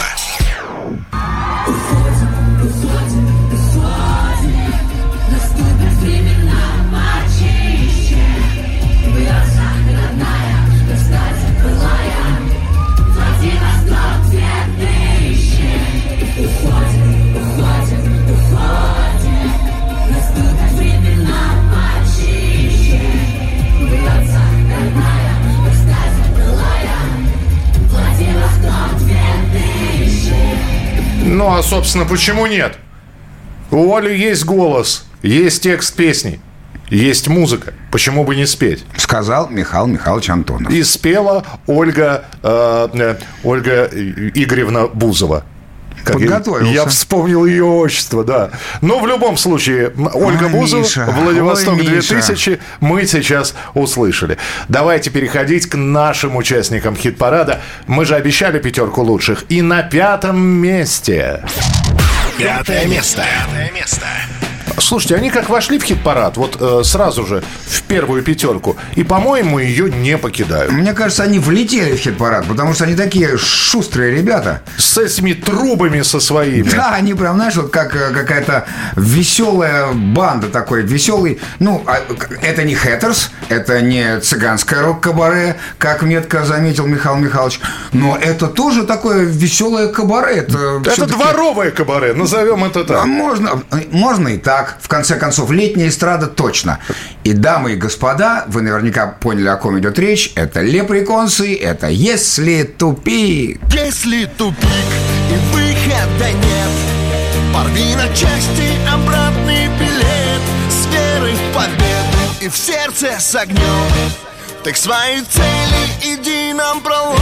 C: Ну, а, собственно, почему нет? У Оли есть голос, есть текст песни, есть музыка. Почему бы не спеть?
B: Сказал Михаил Михайлович Антонов.
C: И спела Ольга, э, Ольга Игоревна Бузова. Как
B: Подготовился.
C: Я, я вспомнил ее отчество, да. Но в любом случае, Ольга
B: Ой,
C: Бузова,
B: Миша,
C: Владивосток
B: ой,
C: две тысячи, мы сейчас услышали. Давайте переходить к нашим участникам хит-парада. Мы же обещали пятерку лучших. И на пятом месте...
A: Пятое место. Пятое место.
C: Слушайте, они как вошли в хит-парад, вот э, сразу же в первую пятерку, и, по-моему, ее не покидают.
B: Мне кажется, они влетели в хит-парад, потому что они такие шустрые ребята.
C: С этими трубами со своими.
B: Да, они прям, знаешь, вот как какая-то веселая банда такой, веселый. Ну, это не Хэттерс, это не цыганское рок-кабаре, как метко заметил Михаил Михайлович, но это тоже такое веселое кабаре. Это,
C: это дворовое кабаре, назовем это так.
B: Можно, можно и так. В конце концов, летняя эстрада точно. И, дамы и господа, вы наверняка поняли, о ком идет речь. Это лепреконсы, это «Если тупик».
E: Если тупик и выхода нет, Порви на части обратный билет с верой в победу и в сердце с огнем. Ты к своей цели иди напролом.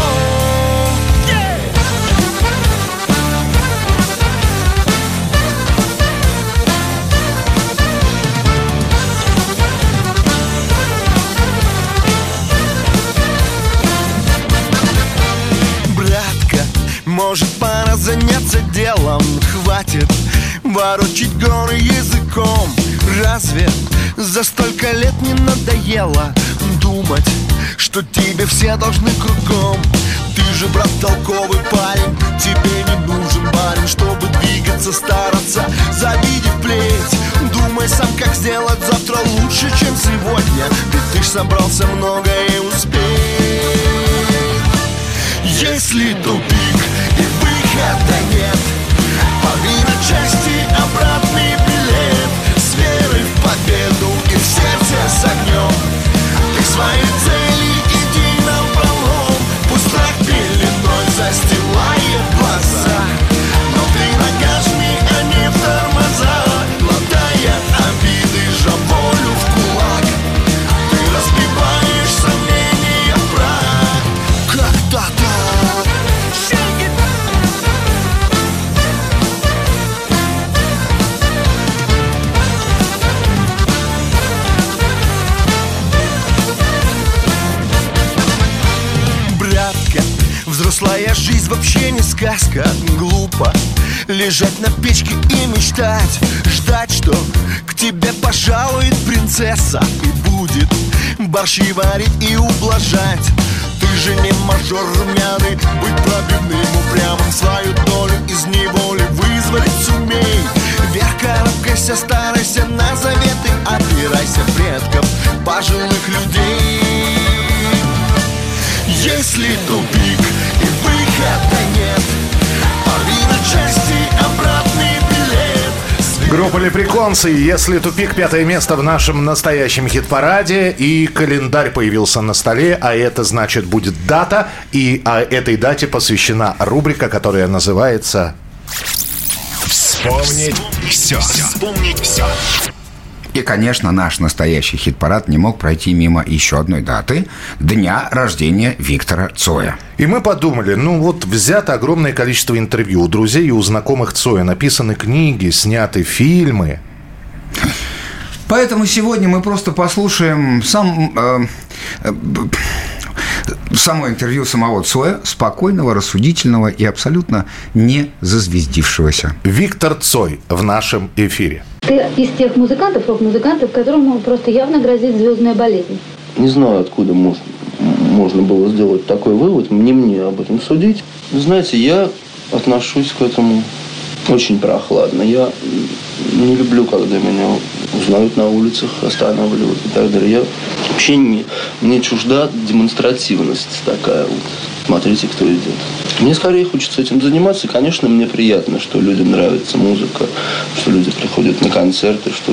E: Может, пора заняться делом. Хватит ворочить горы языком. Разве за столько лет не надоело думать, что тебе все должны кругом? Ты же, брат, толковый парень, тебе не нужен барин, чтобы двигаться, стараться, завидев плеть. Думай сам, как сделать завтра лучше, чем сегодня. Ведь ты ж собрался многое успеть. Если тупик и выхода нет, порви на части обратный билет с верой в победу и в сердце с огнем. Ты к своей цели иди напролом. Пусть страх пеленой застилает глаза, но ты нога жми, а не в тормоза. Глотая обиды, жа волю в кулак, ты разбиваешь сомнения в прах. Как-то так. Взрослая жизнь вообще не сказка. Глупо лежать на печке и мечтать, ждать, что к тебе пожалует принцесса и будет борщи варить и ублажать. Ты же не мажор румяный, быть пробивным, упрямым, свою долю из неволи вызволить сумей. Вверх карабкайся, старайся на заветы, опирайся предков пожилых людей. Если тупик и выхода нет, порви на части обратный билет.
C: Группа «Леприконсы», «Если тупик», пятое место в нашем настоящем хит-параде. И календарь появился на столе, а это значит будет дата. И а этой дате посвящена рубрика, которая называется
A: «Вспомнить все». Вспомнить все.
B: И, конечно, наш настоящий хит-парад не мог пройти мимо еще одной даты – дня рождения Виктора Цоя.
C: И мы подумали, ну вот взято огромное количество интервью у друзей и у знакомых Цоя, написаны книги, сняты фильмы.
B: Поэтому сегодня мы просто послушаем сам... Э, э, само интервью самого Цоя, спокойного, рассудительного и абсолютно не зазвездившегося.
C: Виктор Цой в нашем эфире.
O: Ты из тех музыкантов, рок-музыкантов, которому просто явно грозит звездная болезнь.
P: Не знаю, откуда можно, можно было сделать такой вывод. Не мне об этом судить. Знаете, я отношусь к этому очень прохладно. Я не люблю, когда меня узнают на улицах, останавливают и так далее. Я вообще не, не чужда демонстративность такая вот. Смотрите, кто идет. Мне скорее хочется этим заниматься. Конечно, мне приятно, что людям нравится музыка, что люди приходят на концерты, что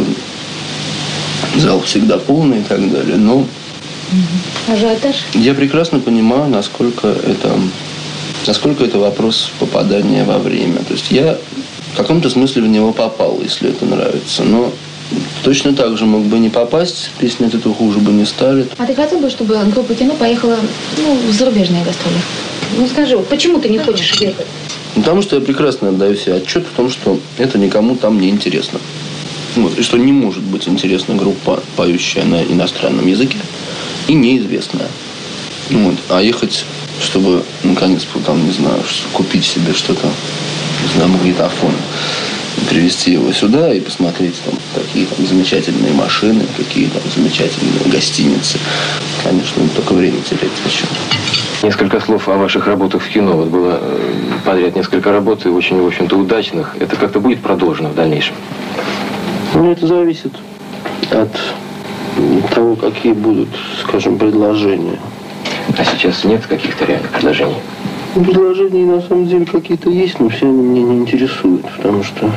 P: зал всегда полный и так далее. Но
O: ажиотаж.
P: Я прекрасно понимаю, насколько это, насколько это вопрос попадания во время. То есть я в каком-то смысле в него попал, если это нравится. Но точно так же мог бы не попасть, песни от этого хуже бы не стали.
O: А ты хотел бы, чтобы группа «Кино» поехала ну, в зарубежные гастроли? Ну скажи, почему ты не хочешь ехать?
P: Потому что я прекрасно отдаю себе отчет в том, что это никому там не интересно. Вот. И что не может быть интересна группа, поющая на иностранном языке и неизвестная. Вот. А ехать, чтобы наконец, там, не знаю, купить себе что-то, не знаю, магнитофон, привезти его сюда и посмотреть, там, какие там замечательные машины, какие там замечательные гостиницы. Конечно, только время терять еще.
Q: Несколько слов о ваших работах в кино. Вот было подряд несколько работ, и очень, в общем-то, удачных. Это как-то будет продолжено в дальнейшем?
P: Ну, это зависит от того, какие будут, скажем, предложения.
Q: А сейчас нет каких-то реальных предложений?
P: Предложения на самом деле какие-то есть, но все они меня не интересуют, потому что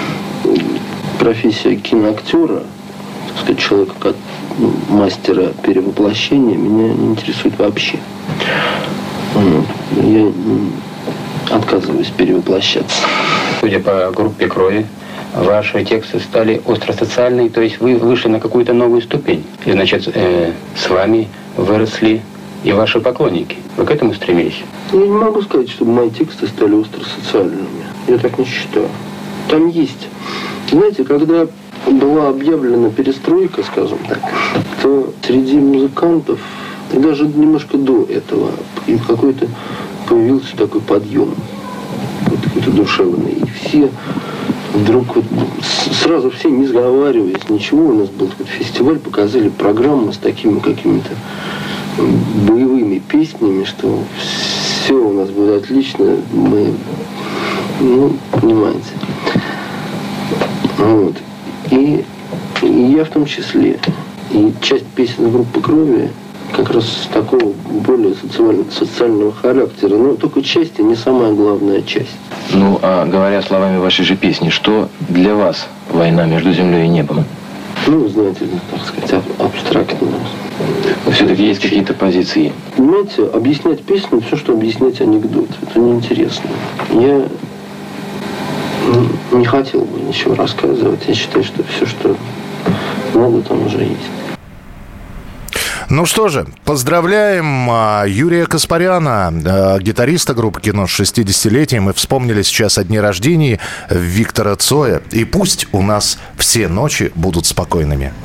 P: профессия киноактера, так сказать, человека, как мастера перевоплощения, меня не интересует вообще. Я отказываюсь перевоплощаться.
Q: Судя по группе крови,
R: ваши тексты стали остросоциальные, то есть вы вышли на какую-то новую ступень. И, значит, э, с вами выросли и ваши поклонники. Вы к этому стремились?
P: Я не могу сказать, чтобы мои тексты стали остросоциальными. Я так не считаю. Там есть. Знаете, когда была объявлена перестройка, скажем так, то среди музыкантов, и даже немножко до этого, им какой-то появился такой подъем. Вот какой-то душевный. И все вдруг вот сразу все, не сговариваясь, ничего, у нас был такой фестиваль, показали программу с такими какими-то боевыми песнями, что все у нас будет отлично, мы, ну, понимаете. Вот. И, и я в том числе. И часть песен группы «Крови» как раз такого более социально, социального характера. Но только часть, а не самая главная часть.
Q: Ну, а говоря словами вашей же песни, что для вас война между землей и небом?
P: Ну, знаете, так сказать, абстрактно.
Q: Но все-таки есть какие-то позиции.
P: Понимаете, объяснять песню, все, что объяснять анекдот, это неинтересно. Я не хотел бы ничего рассказывать. Я считаю, что все, что надо, там уже есть.
C: Ну что же, поздравляем Юрия Каспаряна, гитариста группы «Кино» с шестидесятилетием. Мы вспомнили сейчас о дне рождения Виктора Цоя. И пусть у нас все ночи будут спокойными.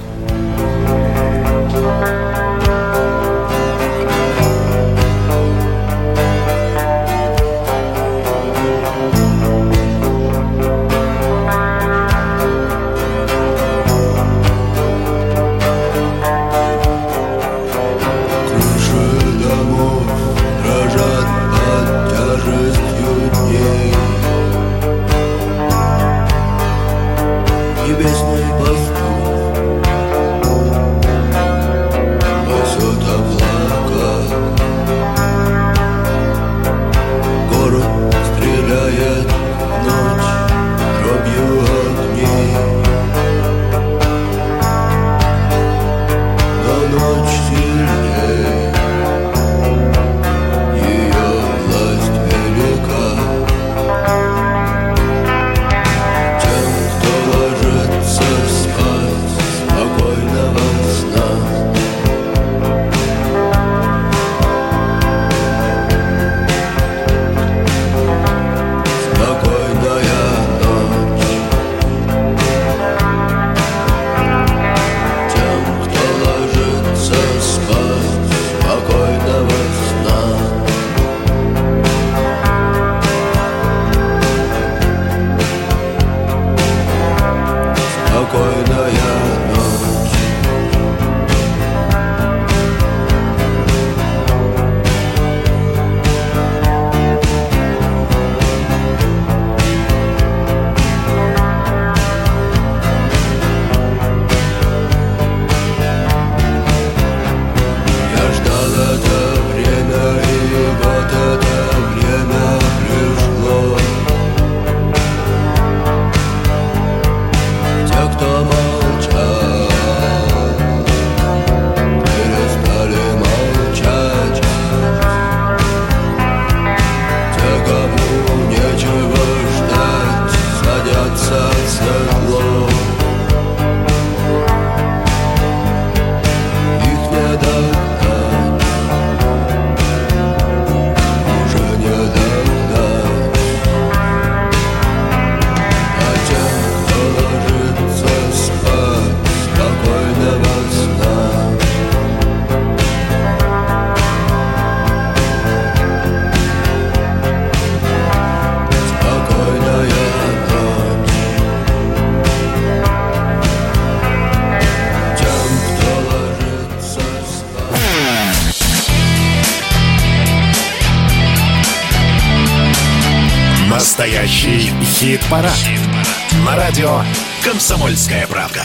A: Настоящий хит-парад. Хит на радио «Комсомольская правда».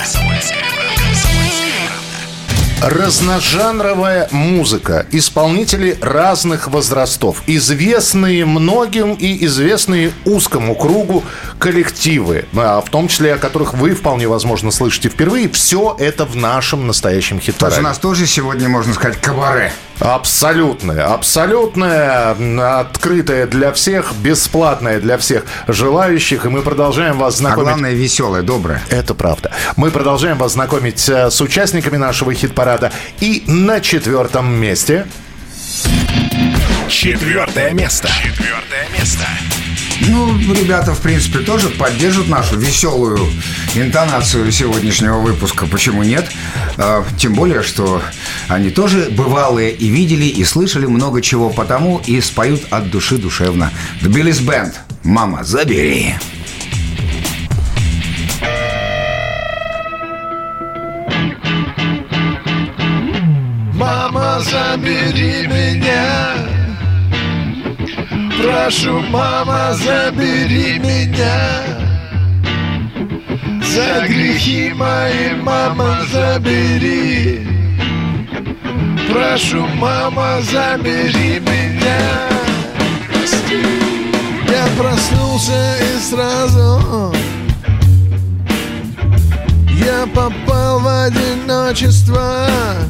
C: Разножанровая музыка. Исполнители разных возрастов. Известные многим и известные узкому кругу коллективы, в том числе о которых вы вполне возможно слышите впервые. Все это в нашем настоящем хит-параде.
B: У нас тоже сегодня, можно сказать, кабаре.
C: Абсолютная, абсолютная, открытая для всех, бесплатная для всех желающих. И мы продолжаем вас знакомить...
B: А главное, веселая, добрая.
C: Это правда. Мы продолжаем вас знакомить с участниками нашего хит-парада. И на четвертом месте...
A: Четвертое место. Четвертое место.
B: Ну, ребята, в принципе, тоже поддержат нашу веселую интонацию сегодняшнего выпуска. Почему нет? А, тем более, что они тоже бывалые и видели, и слышали много чего, потому и споют от души душевно. The Billys Band. «Мама, забери».
G: Мама, забери меня. Прошу, мама, забери меня. За грехи мои, мама, забери. Прошу, мама, забери меня. Я проснулся и сразу я попал в одиночество.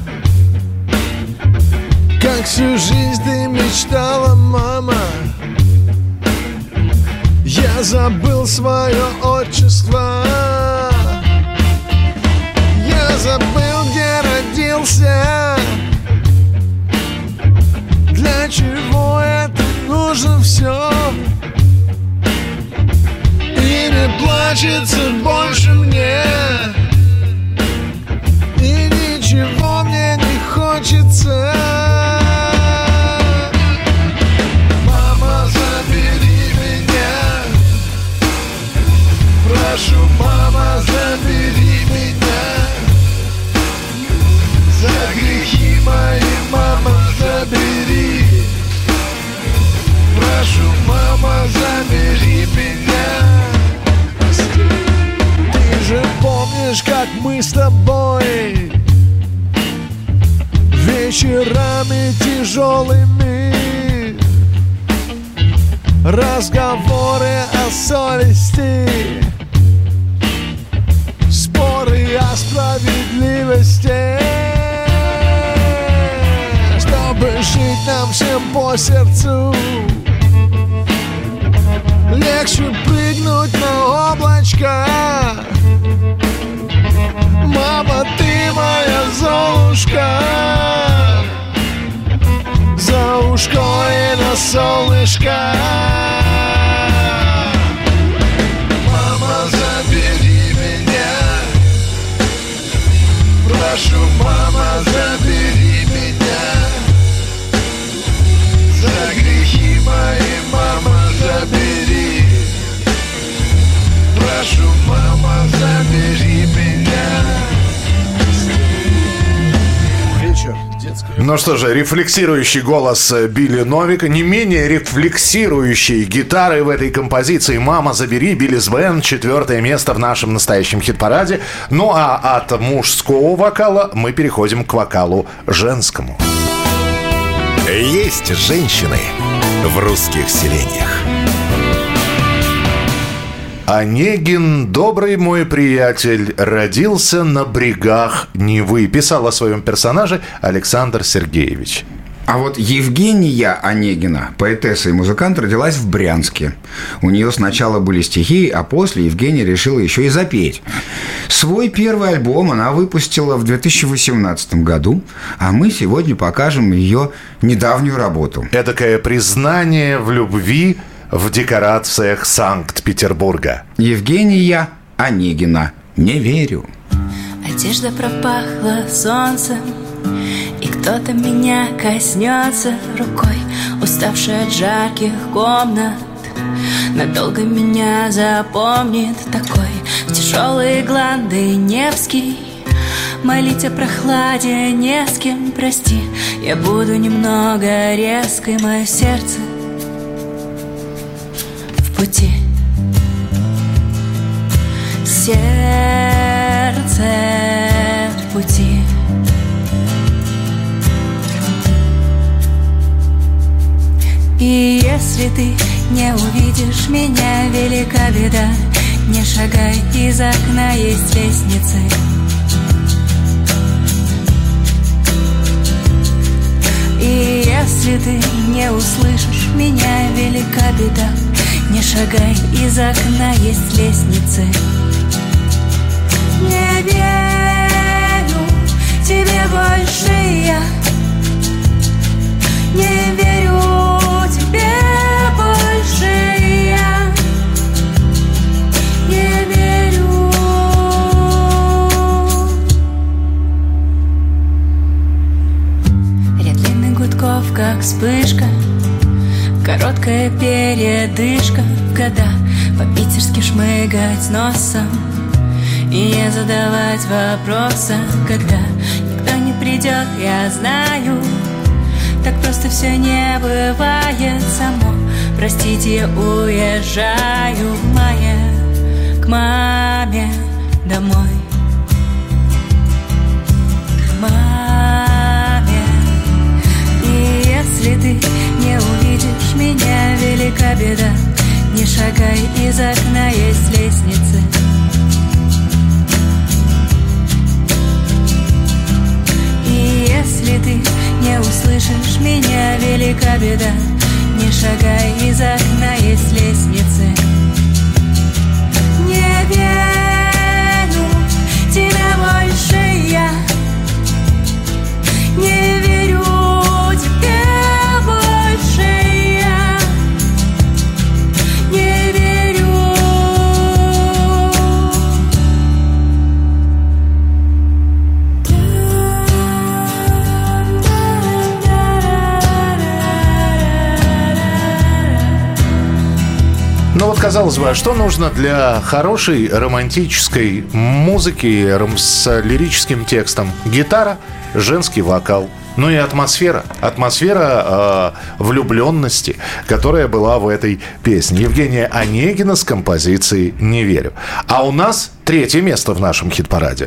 G: Как всю жизнь ты мечтала, мама. Я забыл свое отчество. Я забыл, где родился. Для чего это нужно все? И не плачется больше мне. И ничего мне не хочется. Прошу, мама, забери меня. За грехи мои, мама, забери. Прошу, мама, забери меня. Ты же помнишь, как мы с тобой вечерами тяжелыми разговоры о совести, споры о справедливости, чтобы жить нам всем по сердцу. Легче прыгнуть на облачко. Мама, ты моя Золушка. За ушко и на солнышко. Мама, забери меня. Прошу, мама, забери меня. За грехи мои, мама, забери. Прошу, мама, забери меня. Вечер.
C: Ну что же, рефлексирующий голос Билли Новика, не менее рефлексирующие гитары в этой композиции «Мама, забери», Billys Band, четвертое место в нашем настоящем хит-параде. Ну а от мужского вокала мы переходим к вокалу женскому.
A: Есть женщины в русских селениях.
C: Онегин, добрый мой приятель, родился на брегах Невы. Писал о своем персонаже Александр Сергеевич.
B: А вот Евгения Онегина, поэтесса и музыкант, родилась в Брянске. У нее сначала были стихи, а после Евгения решила еще и запеть. Свой первый альбом она выпустила в две тысячи восемнадцатом году, а мы сегодня покажем ее недавнюю работу.
C: Эдакое признание в любви в декорациях Санкт-Петербурга.
B: Евгения Онегина. Не верю.
S: Одежда пропахла солнцем, и кто-то меня коснется рукой, уставшая от жарких комнат. Надолго меня запомнит такой в тяжелые гланды Невский. Молить о прохладе не с кем, прости. Я буду немного резкой, мое сердце пути. Сердце в пути. И если ты не увидишь меня, велика беда. Не шагай, из окна есть лестницы. И если ты не услышишь меня, велика беда. Не шагай, из окна есть лестницы. Не верю тебе больше я. Не верю тебе больше я. Не верю. Ряд длинных гудков, как вспышка, короткая передышка. В года по-питерски шмыгать носом и не задавать вопроса, когда никто не придет, я знаю. Так просто все не бывает само. Простите, я уезжаю, моя, к маме домой. К маме. И если ты не увидишь меня, велика беда. Не шагай, из окна есть лестницы. И если ты не услышишь меня, велика беда. Не шагай, из окна есть лестницы. Не верю тебе больше я. Не верю тебе больше я. Не верю.
C: Ну вот, казалось бы, а что нужно для хорошей романтической музыки с лирическим текстом? Гитара, женский вокал. Ну и атмосфера. Атмосфера э, влюбленности, которая была в этой песне. Евгения Онегина с композицией «Не верю». А у нас третье место в нашем хит-параде.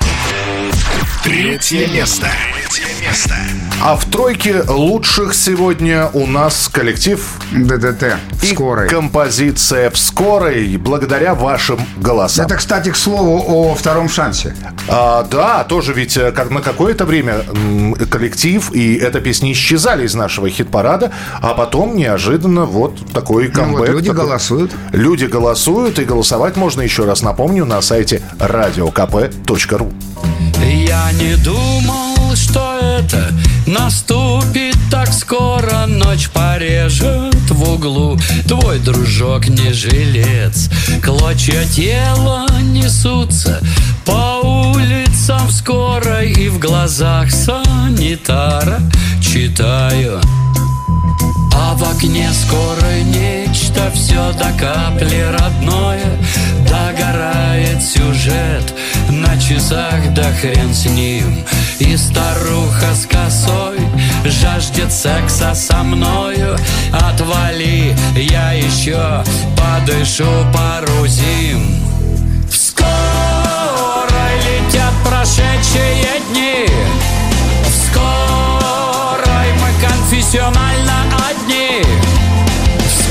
A: Третье место. Третье место.
C: А в тройке лучших сегодня у нас коллектив
B: ДДТ.
C: И
B: «Скорой».
C: Композиция «В скорой» благодаря вашим голосам.
B: Это, кстати, к слову о втором шансе.
C: А, да, тоже ведь как на какое-то время коллектив и эта песня исчезали из нашего хит-парада, а потом неожиданно вот такой камбэк.
B: Ну, вот люди
C: такой...
B: голосуют.
C: Люди голосуют, и голосовать можно, еще раз напомню, на сайте радио ка пэ точка ру.
T: Я не думал, что это наступит так скоро. Ночь порежет в углу твой дружок не жилец. Клочья тела несутся по улицам скорой, и в глазах санитара читаю: а в окне скорой нечто все до капли родное. Догорает сюжет на часах, да хрен с ним. И старуха с косой жаждет секса со мною. Отвали, я еще подышу пару зим. В скорой летят прошедшие дни. В скорой мы конфессионально одни. В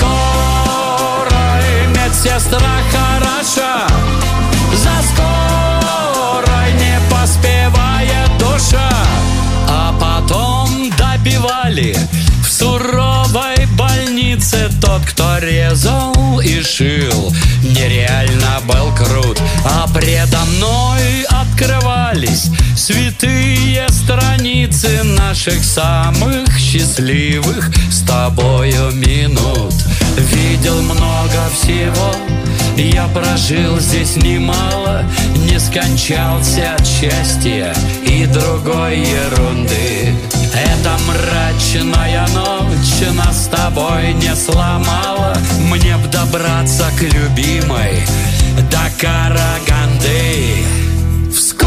T: скорой медсестра хороша. За скорой не поспевает душа. А потом добивали в суровой больнице. Тот, кто резал и шил, нереально был крут. А предо мной открывались святые страницы наших самых счастливых с тобою минут. Видел много всего, я прожил здесь немало, не скончался от счастья и другой ерунды. Эта мрачная ночь нас с тобой не сломала. Мне б добраться к любимой до Караганды. В скорой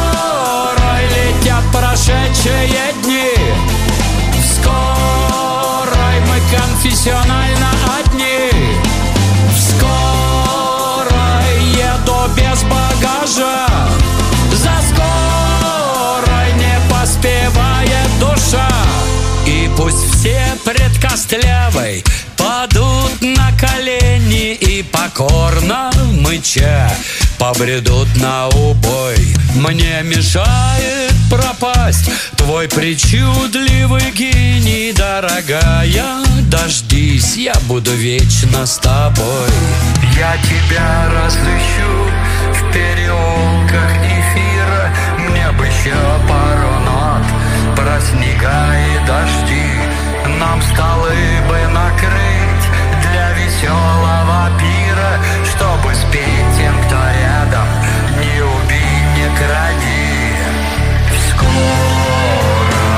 T: летят прошедшие дни. В скорой мы конфессионально одни. В скорой еду без багажа. За скорой не поспевает душа. И пусть все пред костлявой падут на колени и покорно мыча побредут на убой. Мне мешает пропасть. Твой причудливый гений, дорогая, дождись, я буду вечно с тобой. Я тебя разыщу в переулках эфира. Мне бы еще пару нот про снега и дожди. Нам столы бы накрыть для веселого пира, чтобы спеть тем, кто рядом, не убей, не кради. Вскоре,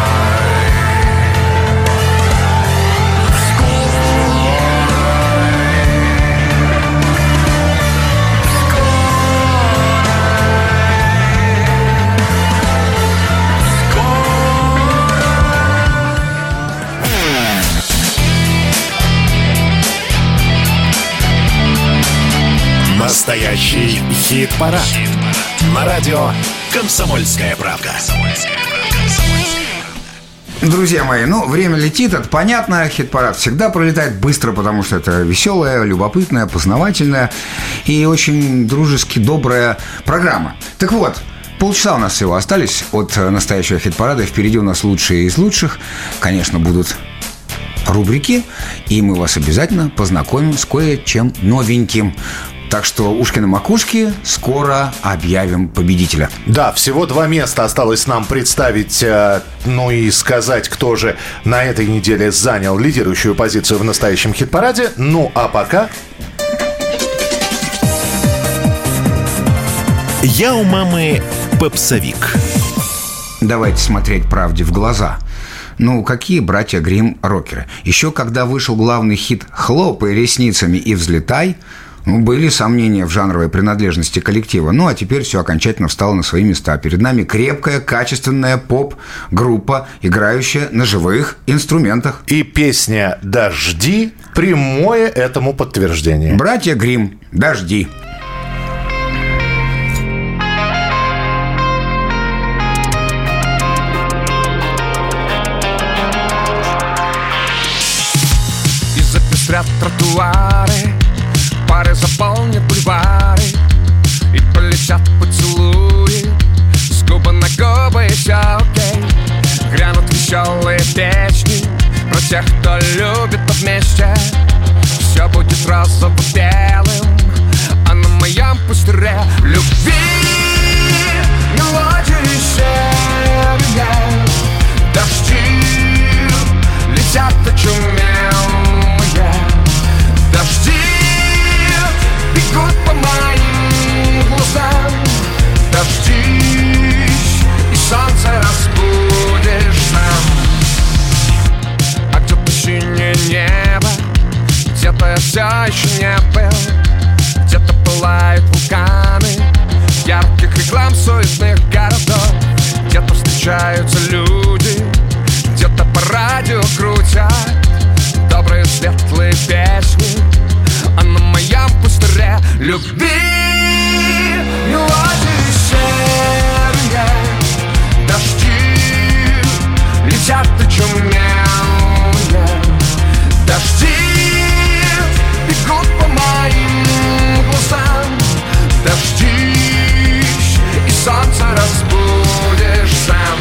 A: Настоящий хит-парад. Хит-парад. На радио «Комсомольская правда».
B: Друзья мои, ну, время летит, это понятно, хит-парад всегда пролетает быстро, потому что это веселая, любопытная, познавательная и очень дружески добрая программа. Так вот, полчаса у нас всего остались от настоящего хит-парада, впереди у нас лучшие из лучших, конечно, будут рубрики, и мы вас обязательно познакомим с кое-чем новеньким. Так что ушки на макушке, скоро объявим победителя.
C: Да, всего два места осталось нам представить, ну и сказать, кто же на этой неделе занял лидирующую позицию в настоящем хит-параде. Ну а пока...
A: Я у мамы попсовик.
B: Давайте смотреть правде в глаза. Ну, какие братья Гримм рокеры? Еще когда вышел главный хит «Хлопай ресницами и взлетай», ну, были сомнения в жанровой принадлежности коллектива. Ну, а теперь все окончательно встало на свои места. Перед нами крепкая, качественная поп-группа, играющая на живых инструментах.
C: И песня «Дожди» – прямое этому подтверждение.
B: Братья Гримм, «Дожди».
F: И запестрят тротуары, пары заполнят бульвары, и полетят поцелуи с губы на губы, и все окей. Грянут веселые песни про тех, кто любит вместе. Все будет розово-белым, а на моем пустыре любви мелодии серые. Дожди летят очумелые, дожди бегут по моим глазам. Дождись, и солнце разбудишь сам. А где-то синее небо, где-то я все еще не был. Где-то пылают вулканы ярких реклам суетных городов. Где-то встречаются люди, где-то по радио крутят добрые светлые песни, а на моем пустыре любви мелодии серые. Дожди летят очумелые, дожди бегут по моим глазам. Дождись, и солнце разбудишь сам.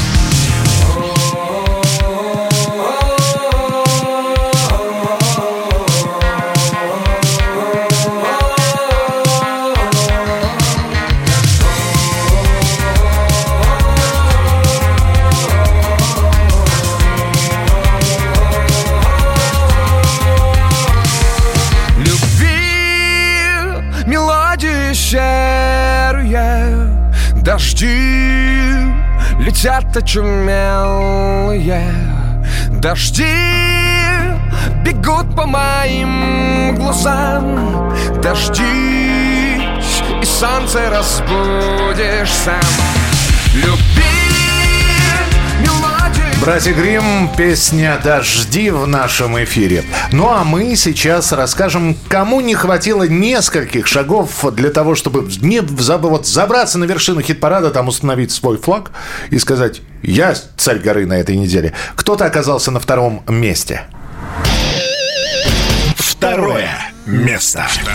F: Дожди летят очумелые, дожди бегут по моим глазам. Дождись, и солнце разбудишь сам. Люби мелодии.
C: Братья Гримм, песня «Дожди» в нашем эфире. Ну а мы сейчас расскажем, кому не хватило нескольких шагов для того, чтобы не вот забраться на вершину хит-парада, там установить свой флаг и сказать: «Я царь горы на этой неделе». Кто-то оказался на втором месте.
A: Второе место. Второе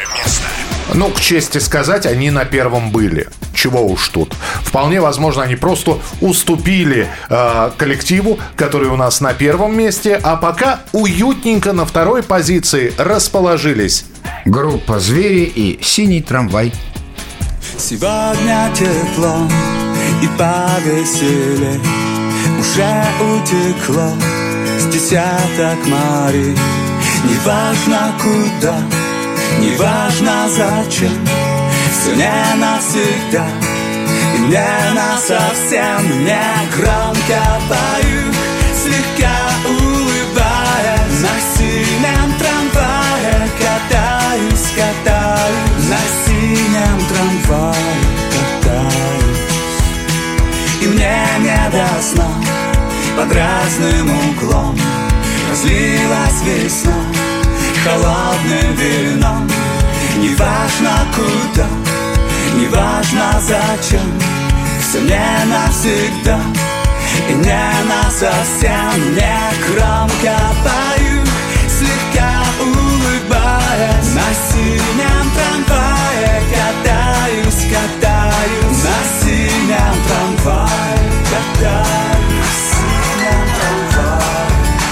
A: место.
C: Ну, к чести сказать, они на первом были. Чего уж тут. Вполне возможно, они просто уступили э, коллективу, который у нас на первом месте, а пока уютненько на второй позиции расположились.
B: Группа «Звери» и «Синий трамвай».
U: Сегодня тепло и повеселее, уже утекло с десяток морей. Неважно куда, неважно зачем, все не навсегда и не насовсем. Мне громко пою, слегка улыбаясь, на синем трамвае катаюсь, катаюсь, на синем трамвае катаюсь. И мне не до сна под разным углом разлилась весна холодным вином. Неважно куда, неважно зачем, все не навсегда и не насовсем. Мне громко пою, слегка улыбаясь, на синем трамвае катаюсь, катаюсь, на синем трамвае катаюсь, на синем трамвае.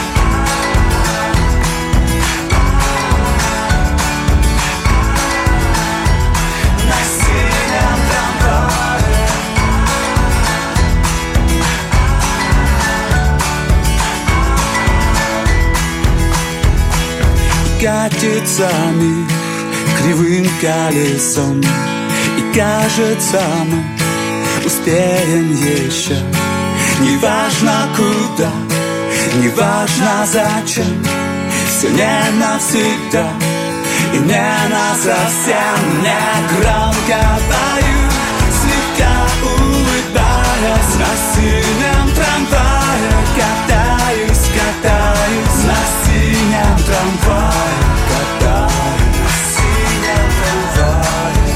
U: Катится мир кривым колесом, и кажется, мы успеем еще. Неважно куда, неважно зачем, все не навсегда и не насовсем. Мне громко пою, слегка улыбаясь, на синем трамвае катаюсь, катаюсь, на синем трамвае катаюсь, на синем трамвае.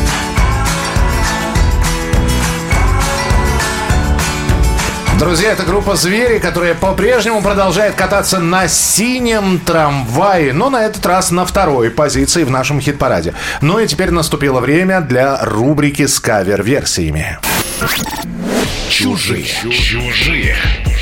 C: Друзья, это группа «Звери», которая по-прежнему продолжает кататься на синем трамвае, но на этот раз на второй позиции в нашем хит-параде. Ну и теперь наступило время для рубрики с кавер-версиями.
A: Чужие. Чужие.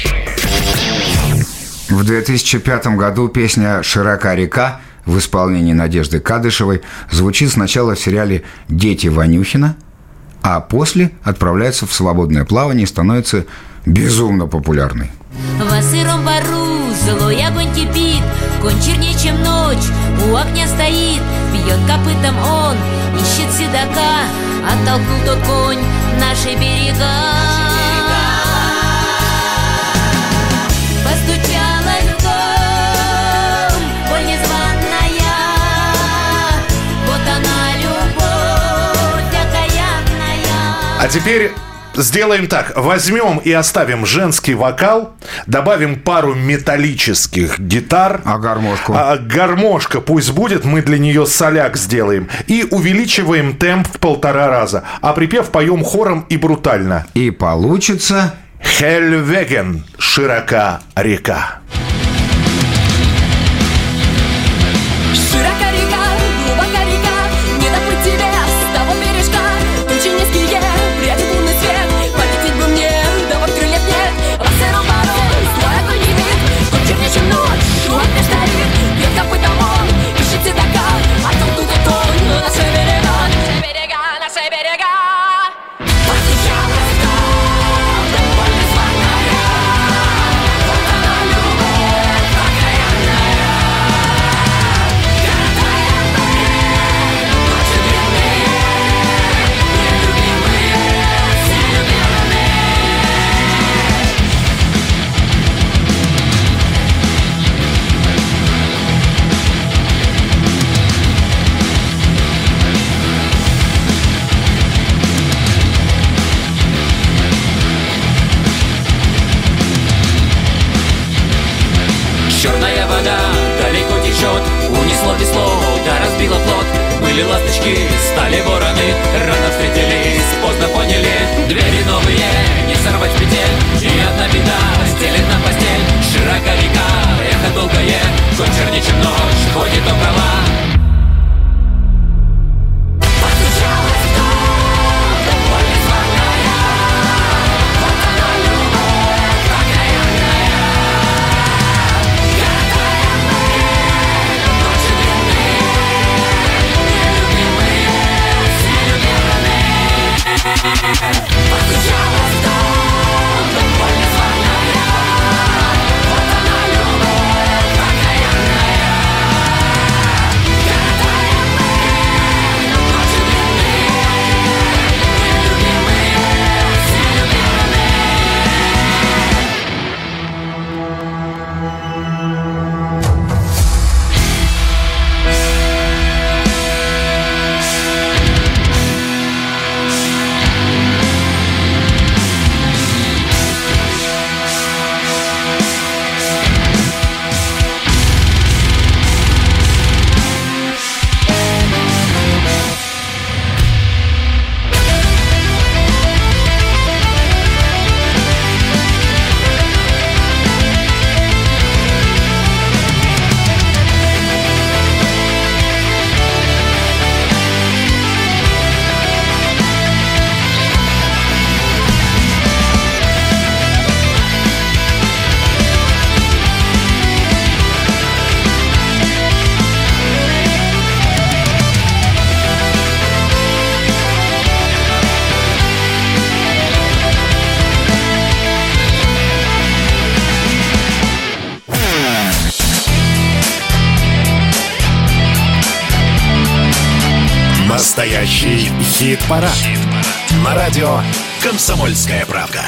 B: В две тысячи пятом году песня «Широка река» в исполнении Надежды Кадышевой звучит сначала в сериале «Дети Ванюхина», а после отправляется в свободное плавание и становится безумно популярной.
V: Во сыром бару злой огонь кипит, конь чернее, чем ночь, у огня стоит, бьет копытом он, ищет седока, оттолкнул тот конь наши берега. Постучалась в дом, боль незваная, вот она, любовь окаянная.
C: А теперь сделаем так. Возьмем и оставим женский вокал, добавим пару металлических гитар.
B: А гармошку?
C: А гармошка пусть будет, мы для нее соляк сделаем. И увеличиваем темп в полтора раза. А припев поем хором и брутально.
B: И получится...
C: Хельвеген. Широка река.
W: Широка река, глубока река, не доплыть тебе с того бережка. Тучи низкие, прячут лунный свет, полететь бы мне, да вот крыльев нет. Во сыром бару злой огонь кипит, конь чернее, чем ночь, у огня стоит, бьет копытом он, ищет седока, а там тут и конь, наши берега, наши берега, наши берега. Постучалась в дом, да боль незваная, вот она, любовь окаянная.
X: Черная вода далеко течет, унесло весло, да разбило плот. Были ласточки, стали вороны, рано встретились, поздно поняли. Двери новые, не сорвать с петель, и одна беда стелет нам постель. Широка река, эхо долгое, конь чернее, чем ночь, ходит около.
A: Настоящий хит-парад. На радио «Комсомольская правда».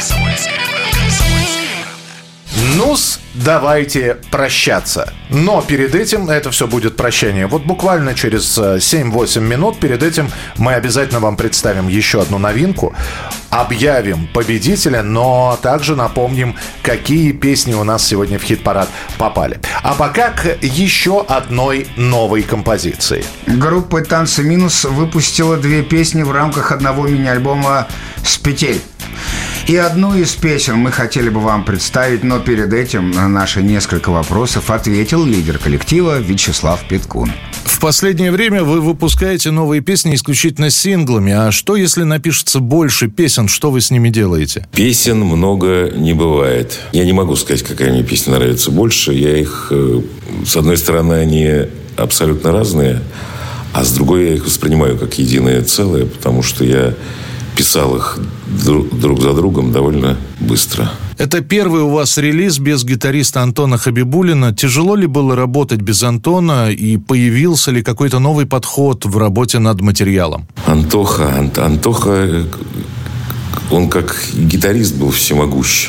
C: Ну-с, давайте прощаться. Но перед этим это все будет прощание. Вот буквально через семь-восемь минут перед этим мы обязательно вам представим еще одну новинку. Объявим победителя, но также напомним, какие песни у нас сегодня в хит-парад попали. А пока к еще одной новой композиции.
B: Группа «Танцы минус» выпустила две песни в рамках одного мини-альбома «С петель». И одну из песен мы хотели бы вам представить, но перед этим на наши несколько вопросов ответил лидер коллектива Вячеслав Петкун.
D: В последнее время вы выпускаете новые песни исключительно синглами. А что, если напишется больше песен? Что вы с ними делаете?
J: Песен много не бывает. Я не могу сказать, какая мне песня нравится больше. Я их... С одной стороны, они абсолютно разные, а с другой я их воспринимаю как единое целое, потому что я писал их друг за другом довольно быстро.
D: Это первый у вас релиз без гитариста Антона Хабибуллина. Тяжело ли было работать без Антона? И появился ли какой-то новый подход в работе над материалом?
J: Антоха, Ан- Антоха, он как гитарист был всемогущ.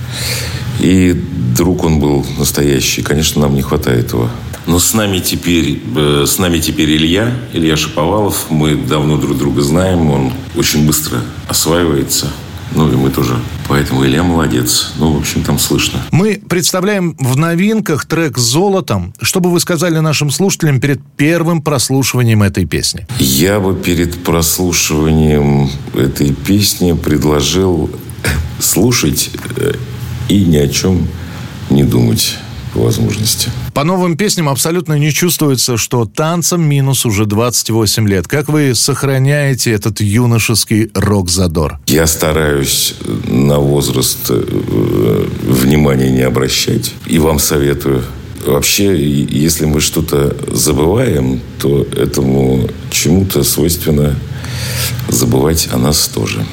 J: И друг он был настоящий. Конечно, нам не хватает его. Но с нами теперь, э, с нами теперь Илья, Илья Шаповалов. Мы давно друг друга знаем. Он очень быстро осваивается. Ну, и мы тоже. Поэтому Илья молодец. Ну, в общем, там слышно.
D: Мы представляем в новинках трек с золотом. Что бы вы сказали нашим слушателям перед первым прослушиванием этой песни?
J: Я бы перед прослушиванием этой песни предложил слушать и ни о чем не думать по возможности.
D: По новым песням абсолютно не чувствуется, что «Танцам минус» уже двадцать восемь лет. Как вы сохраняете этот юношеский рок-задор?
J: Я стараюсь на возраст э, внимания не обращать. И вам советую. Вообще, если мы что-то забываем, то этому чему-то свойственно забывать о нас тоже.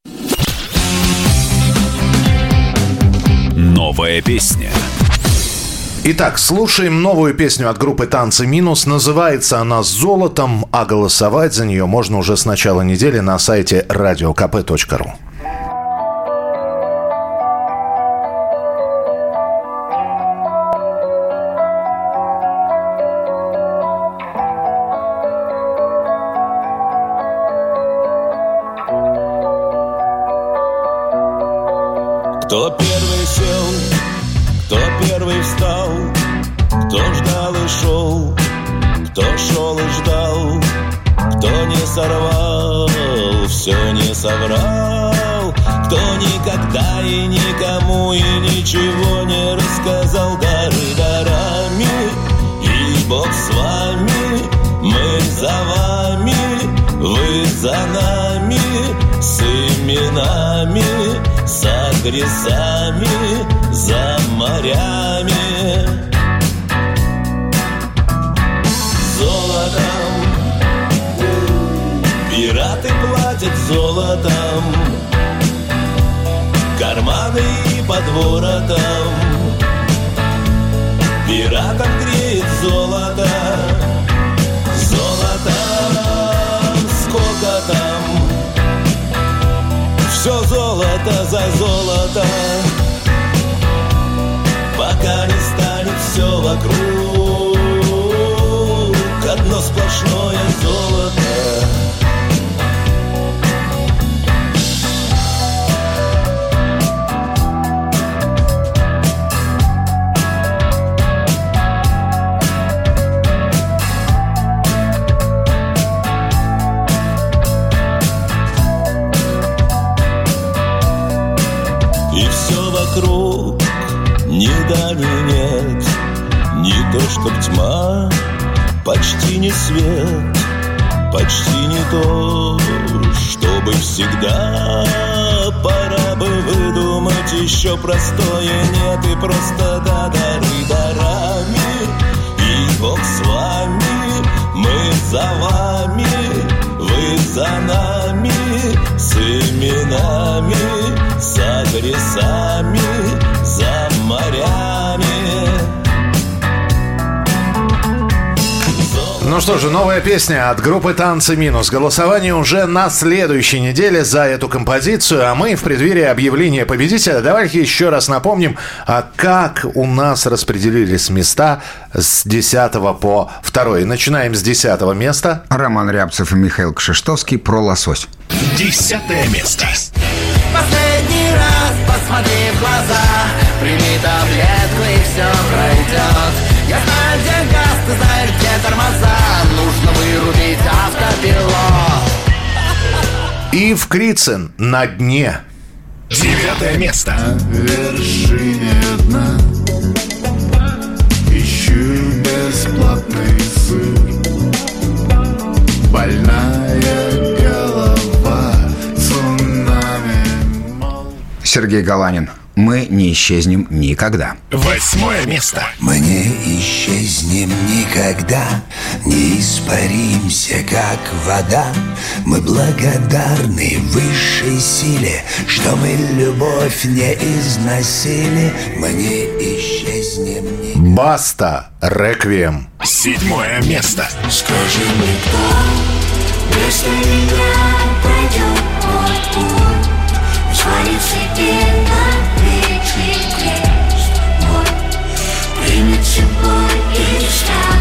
A: Новая песня.
C: Итак, слушаем новую песню от группы «Танцы минус». Называется она «Золотом», а голосовать за нее можно уже с начала недели на сайте радио ка пэ точка ру.
K: Кто первый сел, кто первый встал, кто ждал и шел, кто шел и ждал, кто не сорвал, все не соврал, кто никогда и никому и ничего не рассказал. Дары дарами, и Бог с вами, мы за вами, вы за нами, с именами, с адресами, за морями. Золотом пираты платят золотом, карманы и под воротом. Пиратам греет золото, золото, сколько там? Все золото за золото, пока не станет все вокруг одно сплошное золото. Вокруг ни да, ни нет, не то чтоб тьма, почти не свет, почти не то, чтобы всегда. Пора бы выдумать еще простое нет, и просто да, дары дарами, и Бог с вами, мы за вами, вы за нами, с именами, с адресами, за морями.
C: Ну Ну что же, новая песня от группы «Танцы минус». Голосование уже на следующей неделе за эту композицию, а мы в преддверии объявления победителя давайте еще раз напомним, а как у нас распределились места с десятого по второе. Начинаем с десятого места.
B: Роман Рябцев и Михаил Кшиштовский про лосось.
A: Десятое место.
E: Последний раз посмотри в глаза, прими таблетку и все пройдет. Я знаю, где газ, ты знаешь, где тормоза, нужно вырубить автопилот.
C: Ив Крицин «На дне».
A: Девятое место.
H: На вершине дна ищу бесплатный сыр. Больная голова, цунами.
B: Сергей Галанин. Мы не исчезнем никогда.
A: Восьмое место.
I: Мы не исчезнем никогда, не испаримся, как вода. Мы благодарны высшей силе, что мы любовь не износили. Мы не исчезнем никогда.
C: Баста, «Реквием».
A: Седьмое место.
E: Скажи мне, кто вместо меня пройдет мой путь, свалит себе на плечи крест мой, примет собой и страх.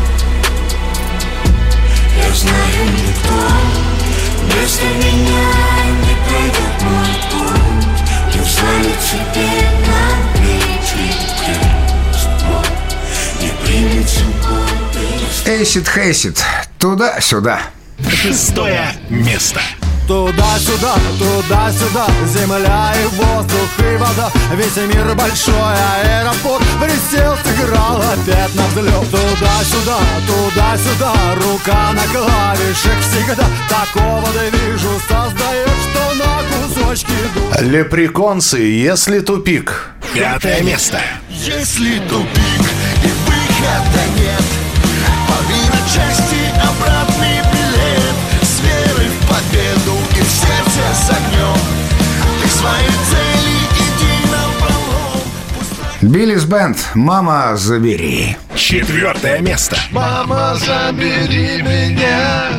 E: Я знаю, никто вместо меня не пройдет мой путь, и взвалит себе на плечи крест мой, не примет собой и страх.
B: Эйсид Хейсид. Туда-сюда.
A: Шестое место.
M: Туда-сюда, туда-сюда, земля и воздух и вода. Весь мир большой, аэропорт присел, сыграл опять на взлет. Туда-сюда, туда-сюда, рука на клавишах всегда. Такого движу создает, что на кусочки дух.
C: Леприконсы, «Если тупик».
A: Пятое место.
H: Если тупик и выхода нет, половина части обратный билет. С верой в победу и в сердце с огнем, ты к своей цели иди напролом.
B: Биллис Бенд. Мама, забери.
A: Четвертое место.
H: Мама, забери меня.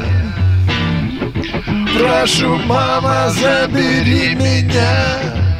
H: Прошу, мама, забери меня.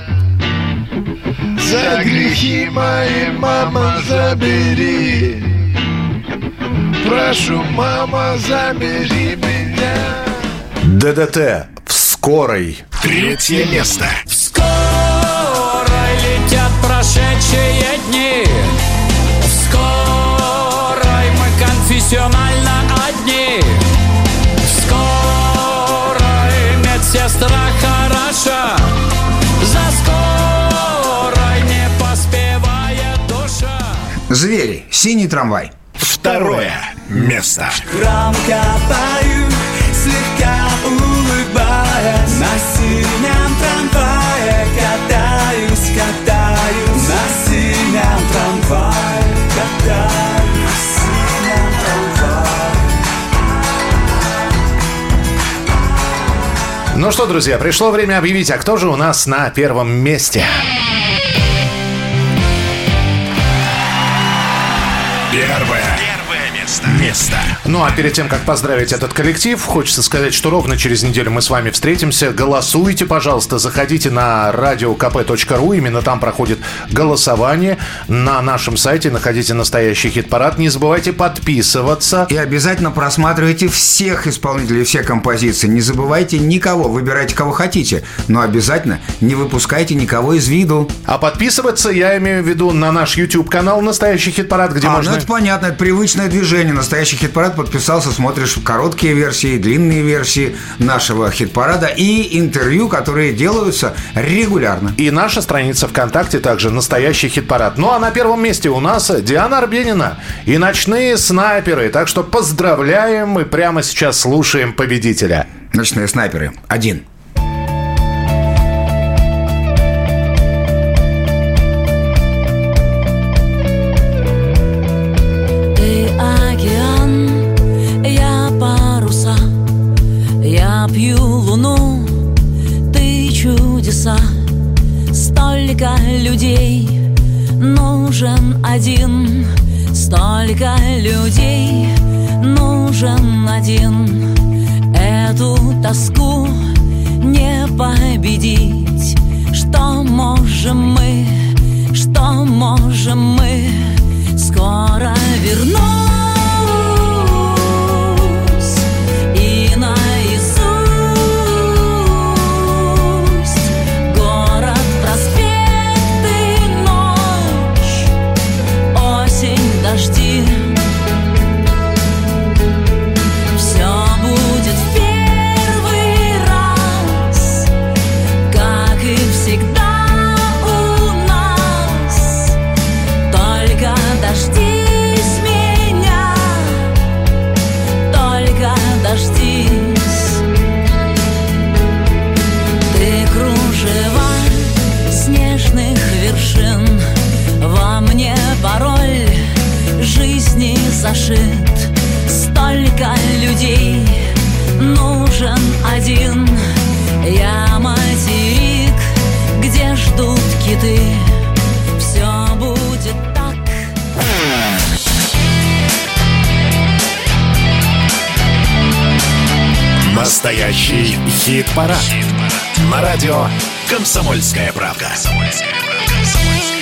H: За грехи мои, мама, забери. Прошу, мама, забери меня.
C: ДДТ в скорой.
A: Третье место.
T: В скорой летят прошедшие дни. В скорой мы конфессионально одни. В скорой медсестра хороша. За скорой не поспевает душа.
B: Звери. Синий трамвай.
A: Второе место.
U: Громко пою, слегка улыбаясь, на синем трамвае катаюсь, катаюсь, на синем трамвае катаюсь, на синем трамвае.
C: Ну что, друзья, пришло время объявить, а кто же у нас на первом месте.
A: Первое. Место.
C: Ну а перед тем, как поздравить этот коллектив, хочется сказать, что ровно через неделю мы с вами встретимся. Голосуйте, пожалуйста, заходите на радио ка пэ точка ру, именно там проходит голосование. На нашем сайте находите настоящий хит-парад. Не забывайте подписываться.
B: И обязательно просматривайте всех исполнителей, все композиции. Не забывайте никого, выбирайте кого хотите, но обязательно не выпускайте никого из виду.
C: А подписываться я имею в виду на наш YouTube-канал «Настоящий хит-парад», где
B: а,
C: можно...
B: ну это понятно, это привычное движение. Настоящий хит-парад, подписался, смотришь короткие версии, длинные версии нашего хит-парада и интервью, которые делаются регулярно.
C: И наша страница ВКонтакте также «Настоящий хит-парад». Ну а на первом месте у нас Диана Арбенина и «Ночные снайперы». Так что поздравляем и прямо сейчас слушаем победителя.
B: «Ночные снайперы» один.
S: Пью луну, ты чудеса. Столько людей, нужен один. Столько людей, нужен один. Эту тоску не победить. Что можем мы, что можем мы? Скоро вернусь и наизусть город, проспекты, ночь, осень, дожди. Все будет в первый раз, как и всегда. Дождись меня, только дождись. Ты кружева снежных вершин, во мне пароль жизни зашит. Столько людей, нужен один. Я материк, где ждут киты. Все будет так.
A: Настоящий хит-парад. Хит-парад. На радио «Комсомольская правда».